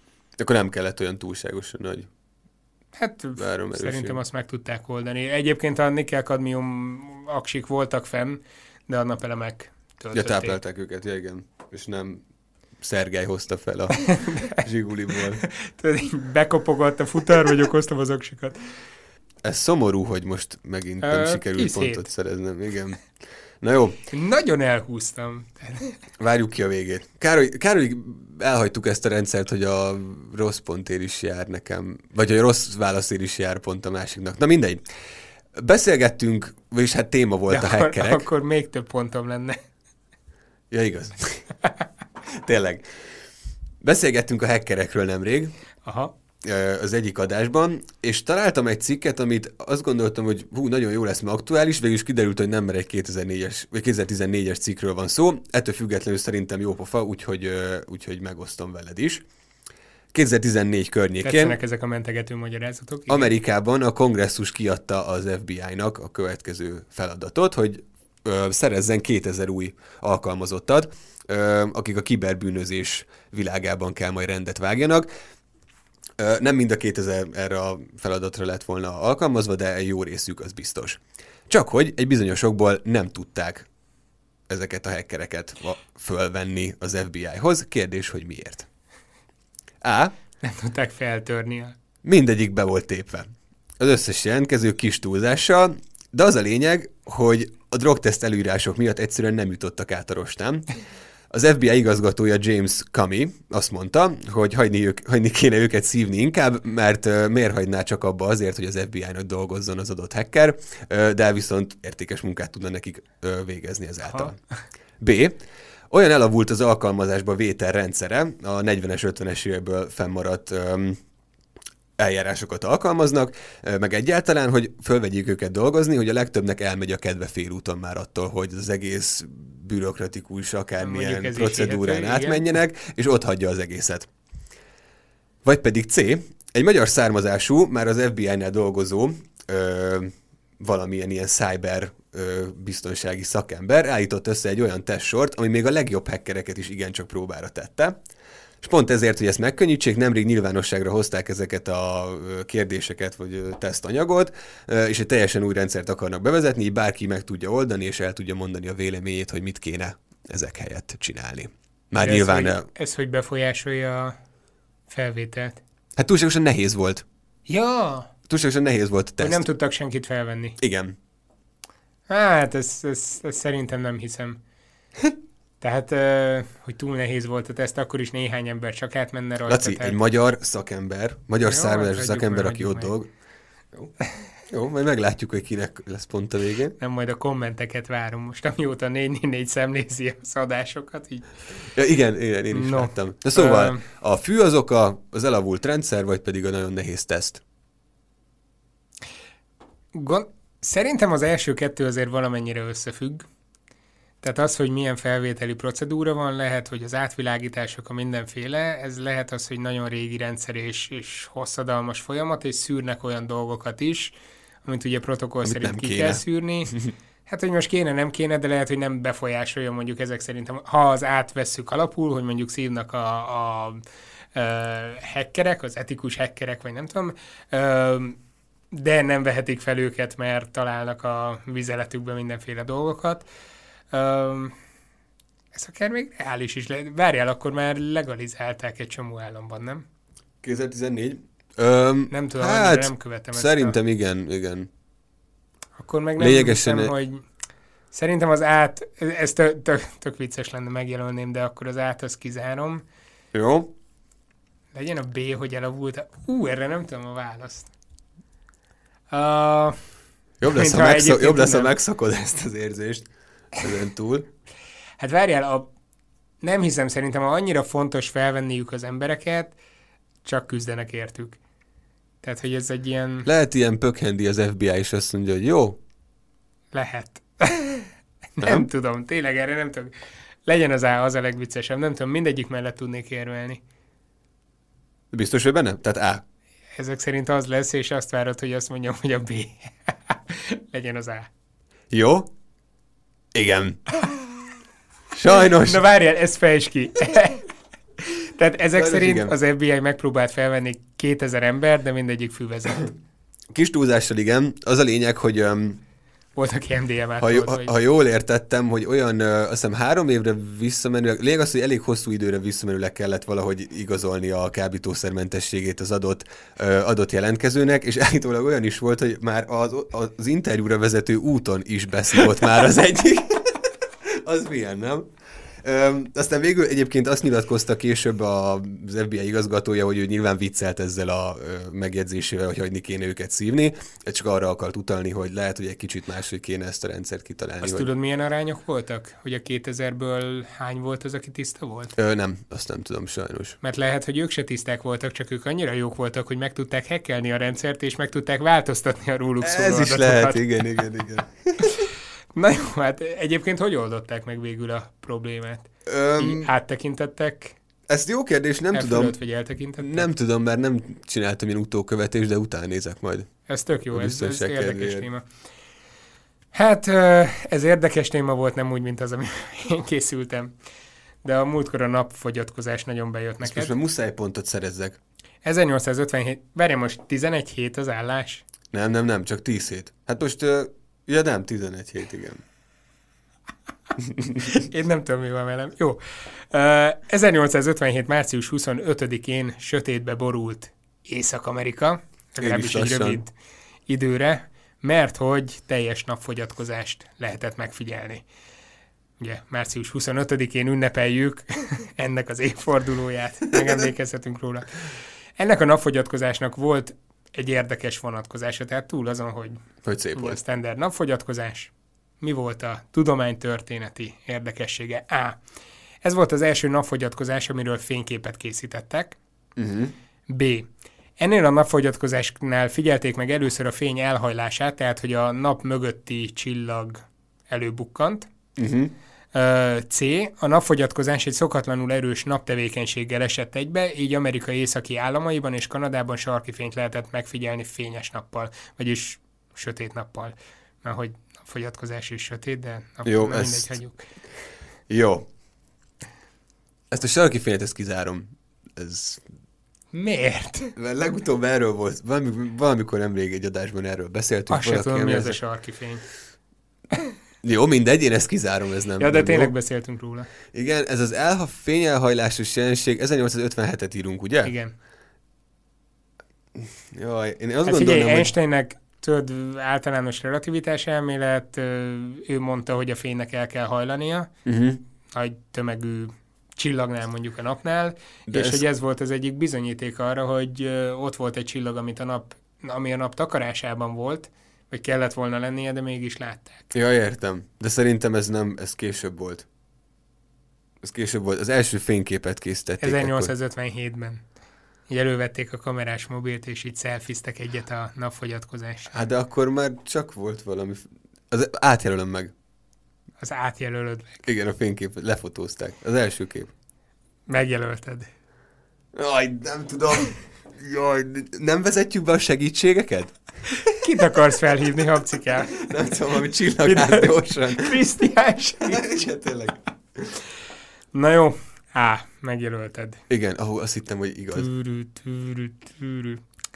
Akkor nem kellett olyan túlságosan nagy. Hát szerintem azt meg tudták oldani. Egyébként a nikkel-kadmium aksik voltak fenn, de a napelemek töltötték. Ja, táplálták őket, ja, igen. És nem Szergej hozta fel a Zsiguliból. Bekopogott a futár, vagy okoztam az aksikat. Ez szomorú, hogy most megint nem sikerült pontot szereznem. Igen. Na jó. Nagyon elhúztam. Várjuk ki a végét. Kár, hogy elhagytuk ezt a rendszert, hogy a rossz pontért is jár nekem, vagy a rossz válaszért is jár pont a másiknak. Na mindegy. Beszélgettünk, vagyis hát téma volt a hackerek. Akkor még több pontom lenne. Ja, igaz. Tényleg. Beszélgettünk a hackerekről nemrég. Aha. Az egyik adásban, és találtam egy cikket, amit azt gondoltam, hogy nagyon jó lesz, mert aktuális, végül is kiderült, hogy nem, mert egy 2004-es, vagy 2014-es cikkről van szó, ettől függetlenül szerintem jó pofa, úgyhogy megosztom veled is. 2014 környékén tetszenek ezek a mentegető magyarázatok. Igen. Amerikában a kongresszus kiadta az FBI-nak a következő feladatot, hogy szerezzen 2000 új alkalmazottat, akik a kiberbűnözés világában kell majd rendet vágjanak. Nem mind a 2000 erre a feladatra lett volna alkalmazva, de egy jó részük az biztos. Csak hogy egy bizonyosokból nem tudták ezeket a hackereket fölvenni az FBI-hoz. Kérdés, hogy miért? Nem tudták feltörni. Mindegyik be volt tépve. Az összes jelentkező kis túlzással, de az a lényeg, hogy a drogteszt előírások miatt egyszerűen nem jutottak át a rostán. Az FBI igazgatója James Comey azt mondta, hogy hagyni kéne őket szívni inkább, mert miért hagyná csak abba azért, hogy az FBI-nak dolgozzon az adott hacker, de viszont értékes munkát tudna nekik végezni ezáltal. B. Olyan elavult az alkalmazásba vétel rendszere, a 40-es, 50-es évekből fennmaradt eljárásokat alkalmaznak, meg egyáltalán, hogy fölvegyék őket dolgozni, hogy a legtöbbnek elmegy a kedve félúton már attól, hogy az egész bürokratikus akármilyen procedúrán átmenjenek, és ott hagyja az egészet. Vagy pedig C. Egy magyar származású, már az FBI-nál dolgozó valamilyen ilyen cyber biztonsági szakember állított össze egy olyan testsort, ami még a legjobb hackereket is igencsak próbára tette. És pont ezért, hogy ezt megkönnyítsék, nemrég nyilvánosságra hozták ezeket a kérdéseket, vagy tesztanyagot, és egy teljesen új rendszert akarnak bevezetni, így bárki meg tudja oldani, és el tudja mondani a véleményét, hogy mit kéne ezek helyett csinálni. Már ez nyilván... Ez hogy befolyásolja a felvételt? Hát túlságosan nehéz volt. Ja! Túlságosan nehéz volt a teszt. Hogy nem tudtak senkit felvenni. Igen. Hát, ezt szerintem nem hiszem. Tehát, hogy túl nehéz volt a teszt, akkor is néhány ember csak átmenne rajta. Laci, egy magyar szakember, származású szakember, aki ott dolg. Jó, majd meglátjuk, hogy kinek lesz pont a végén. Nem, majd a kommenteket várom most, amióta 444 szemlézi az adásokat. Így. Ja, igen, én is láttam. De szóval a fű az oka, az elavult rendszer, vagy pedig a nagyon nehéz teszt? Szerintem az első kettő azért valamennyire összefügg. Tehát az, hogy milyen felvételi procedúra van, lehet, hogy az átvilágítások a mindenféle, ez lehet az, hogy nagyon régi rendszer és hosszadalmas folyamat, és szűrnek olyan dolgokat is, amit ugye protokoll szerint ki kell szűrni. Hát, hogy most kéne, nem kéne, de lehet, hogy nem befolyásolja mondjuk ezek szerintem, ha az átvesszük alapul, hogy mondjuk szívnak a hackerek, az etikus hackerek, vagy nem tudom, de nem vehetik fel őket, mert találnak a vizeletükben mindenféle dolgokat. Ez akár még reális is lehet. Várjál, akkor már legalizálták egy csomó államban, nem? 2014? Nem tudom, hát, nem követem ezt. Szerintem igen. Akkor meg nem hiszem, hogy... Szerintem az át... Ez tök vicces lenne, megjelölném, de akkor az át azt kizárom. Jó. Legyen a B, hogy elavult. Erre nem tudom a választ. Jobb lesz, ha megszakod ezt az érzést. Ezen túl. Hát várjál, nem hiszem, szerintem annyira fontos felvenniük az embereket, csak küzdenek értük. Tehát, hogy ez egy ilyen... Lehet ilyen pökhendi az FBI, és azt mondja, hogy jó? Lehet. nem tudom, tényleg erre nem tudom. Legyen az A, az a legviccesebb. Nem tudom, mindegyik mellett tudnék érvelni. Biztos, hogy benne? Tehát A. Ezek szerint az lesz, és azt várod, hogy azt mondjam, hogy a B. Legyen az A. Jó? Igen. Sajnos. Na várjál, ezt fejtsd ki. Tehát ezek Sajnos szerint igen. az FBI megpróbált felvenni 2000 ember, de mindegyik fülvezet. Kis túlzással igen. Az a lényeg, hogy Volt, aki MDMA-t volt. ha jól értettem, hogy olyan, azt hiszem 3 évre visszamenőleg, lényeg az, hogy elég hosszú időre visszamenőleg kellett valahogy igazolni a kábítószermentességét az adott jelentkezőnek, és állítólag olyan is volt, hogy már az interjúra vezető úton is beszívott már az egyik. Az milyen, nem? Aztán végül egyébként azt nyilatkozta később az FBI igazgatója, hogy ő nyilván viccelt ezzel a megjegyzésével, hogy hagyni kéne őket szívni, csak arra akart utalni, hogy lehet, hogy egy kicsit máshogy kéne ezt a rendszert kitalálni. Azt tudod, milyen arányok voltak? Hogy a 2000-ből hány volt az, aki tiszta volt? Nem, azt nem tudom sajnos. Mert lehet, hogy ők se tiszták voltak, csak ők annyira jók voltak, hogy meg tudták hackelni a rendszert, és meg tudták változtatni a róluk szóló Ez is adatokat. lehet, igen. Na jó, hát egyébként hogy oldották meg végül a problémát? Így áttekintettek? Ez jó kérdés, nem tudom. Elfölött, vagy eltekintettek? Nem tudom, mert nem csináltam ilyen utókövetést, de utána nézek majd. Ez tök jó, ez érdekes kedvéért. téma. Hát ez érdekes téma volt, nem úgy, mint az, ami én készültem. De a múltkor a napfogyatkozás nagyon bejött neked. Most már muszáj pontot szerezzek. 1857, várjál most 11 hét az állás? Nem, csak 10 hét. Hát most, nem, 11 hét, igen. Én nem tudom, mi van velem. Jó. 1857. március 25-én sötétbe borult Észak-Amerika, legalábbis egy rövid időre, mert hogy teljes napfogyatkozást lehetett megfigyelni. Ugye, március 25-én ünnepeljük ennek az évfordulóját, megemlékezhetünk róla. Ennek a napfogyatkozásnak volt egy érdekes vonatkozása, tehát túl azon, hogy szép volt. A standard napfogyatkozás, mi volt a tudománytörténeti érdekessége? A. Ez volt az első napfogyatkozás, amiről fényképet készítettek. B. Ennél a napfogyatkozásnál figyelték meg először a fény elhajlását, tehát hogy a nap mögötti csillag előbukkant. C. A napfogyatkozás egy szokatlanul erős naptevékenységgel esett egybe, így Amerika északi államaiban és Kanadában sarki fényt lehetett megfigyelni fényes nappal, vagyis sötét nappal. Mert hogy napfogyatkozás is sötét, de jó, mindegy, hagyjuk. Jó. Ezt a sarki fényt, ezt kizárom. Ez... Miért? Mert legutóbb erről volt, valamikor nemrég egy adásban erről beszéltünk. Azt sem tudom, mi az a sarki fény. Jó, mindegy, én ezt kizárom, ez nem. Ja, de nem tényleg jó. beszéltünk róla. Igen, ez az fényelhajlásos jelenség, 1857-et írunk, ugye? Igen. Jaj, én azt Hát gondolom, figyelj, Einsteinnek tudod, általános relativitás elmélet, ő mondta, hogy a fénynek el kell hajlania, nagy tömegű csillagnál, mondjuk a napnál, de és hogy ez volt az egyik bizonyíték arra, hogy ott volt egy csillag, ami a nap takarásában volt, vagy kellett volna lennie, de mégis látták. Ja, értem. De szerintem ez később volt. Ez később volt. Az első fényképet készítették. 1857-ben. Így elővették a kamerás mobilt, és így szelfiztek egyet a napfogyatkozással. Hát de akkor már csak volt valami... Átjelölöm meg. Az átjelölöd meg. Igen, a fényképet lefotózták. Az első kép. Megjelölted. Jaj, nem tudom. Jaj, nem vezetjük be a segítségeket? Kit akarsz felhívni, habcikál? Nem tudom, ami csillagát gyorsan. Krisztián segítsen. Tényleg. Na jó. Megjelölted. Igen, azt hittem, hogy igaz. Tűrű.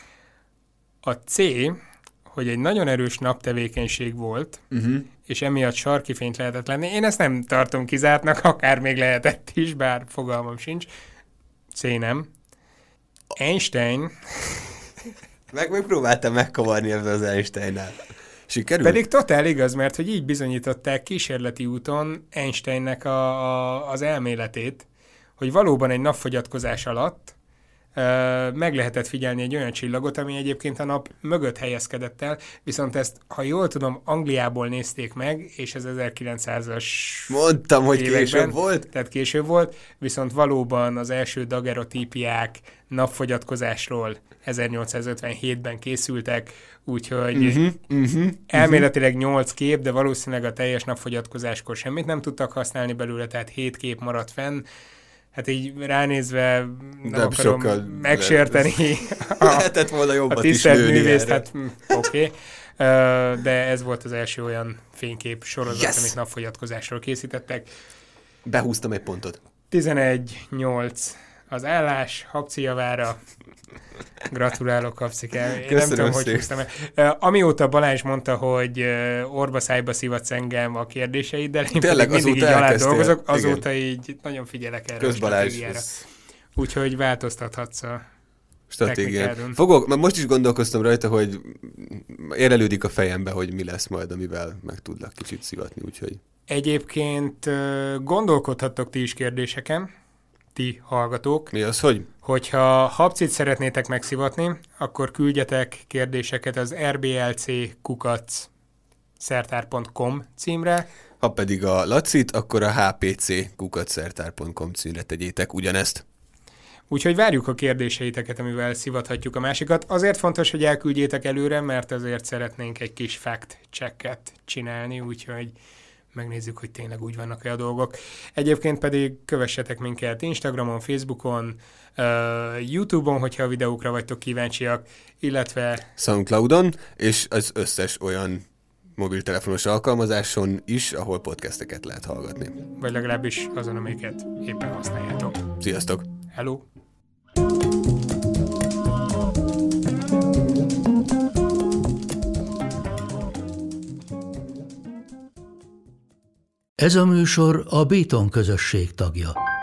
A C, hogy egy nagyon erős naptevékenység volt, és emiatt sarki fényt lehetett lenni. Én ezt nem tartom kizártnak, akár még lehetett is, bár fogalmam sincs. C nem. Einstein... Megpróbáltam megkavarni ebben az Einsteinnál. Sikerült? Pedig totál igaz, mert hogy így bizonyították kísérleti úton Einsteinnek az elméletét, hogy valóban egy napfogyatkozás alatt meg lehetett figyelni egy olyan csillagot, ami egyébként a nap mögött helyezkedett el, viszont ezt, ha jól tudom, Angliából nézték meg, és ez 1900-as Mondtam, hogy években, később volt. Tehát később volt, viszont valóban az első daguerreotípiák napfogyatkozásról 1857-ben készültek, úgyhogy elméletileg 8 kép, de valószínűleg a teljes napfogyatkozáskor semmit nem tudtak használni belőle, tehát 7 kép maradt fenn. Hát így ránézve nem akarom megsérteni lehetett volna jobbat a is tisztelt lőni művészt, erre. hát oké. De ez volt az első olyan fénykép sorozat, amit napfogyatkozásról készítettek. Behúztam egy pontot. 11-8 az állás, Habci javára. Gratulálok, Habcikám. Én Köszönöm nem tudom, hogy szépen. húztam el. Amióta Balázs mondta, hogy orba-szájba szivatsz engem a kérdéseiddel, én Tényleg, pedig mindig így azóta alá elkezdtél. dolgozok, Igen. azóta így nagyon figyelek erre a Balázs, stratégiára. Úgyhogy változtathatsz a stratégián. technikádon. Mert most is gondolkoztam rajta, hogy érelődik a fejembe, hogy mi lesz majd, amivel meg tudlak kicsit szivatni, úgyhogy... Egyébként gondolkodhattok ti is kérdéseken, ti hallgatók. Mi az, hogy? Hogyha Habcit szeretnétek megszivatni, akkor küldjetek kérdéseket az rblc@szertár.com címre. Ha pedig a Lacit, akkor a hpc@szertár.com címre tegyétek ugyanezt. Úgyhogy várjuk a kérdéseiteket, amivel szivathatjuk a másikat. Azért fontos, hogy elküldjétek előre, mert azért szeretnénk egy kis fact-checket csinálni, úgyhogy megnézzük, hogy tényleg úgy vannak-e a dolgok. Egyébként pedig kövessetek minket Instagramon, Facebookon, YouTube-on, hogyha a videókra vagytok kíváncsiak, illetve SoundCloudon, és az összes olyan mobiltelefonos alkalmazáson is, ahol podcasteket lehet hallgatni. vagy legalábbis azon, amiket éppen használjátok. Sziasztok! Hello! Ez a műsor a Béton közösség tagja.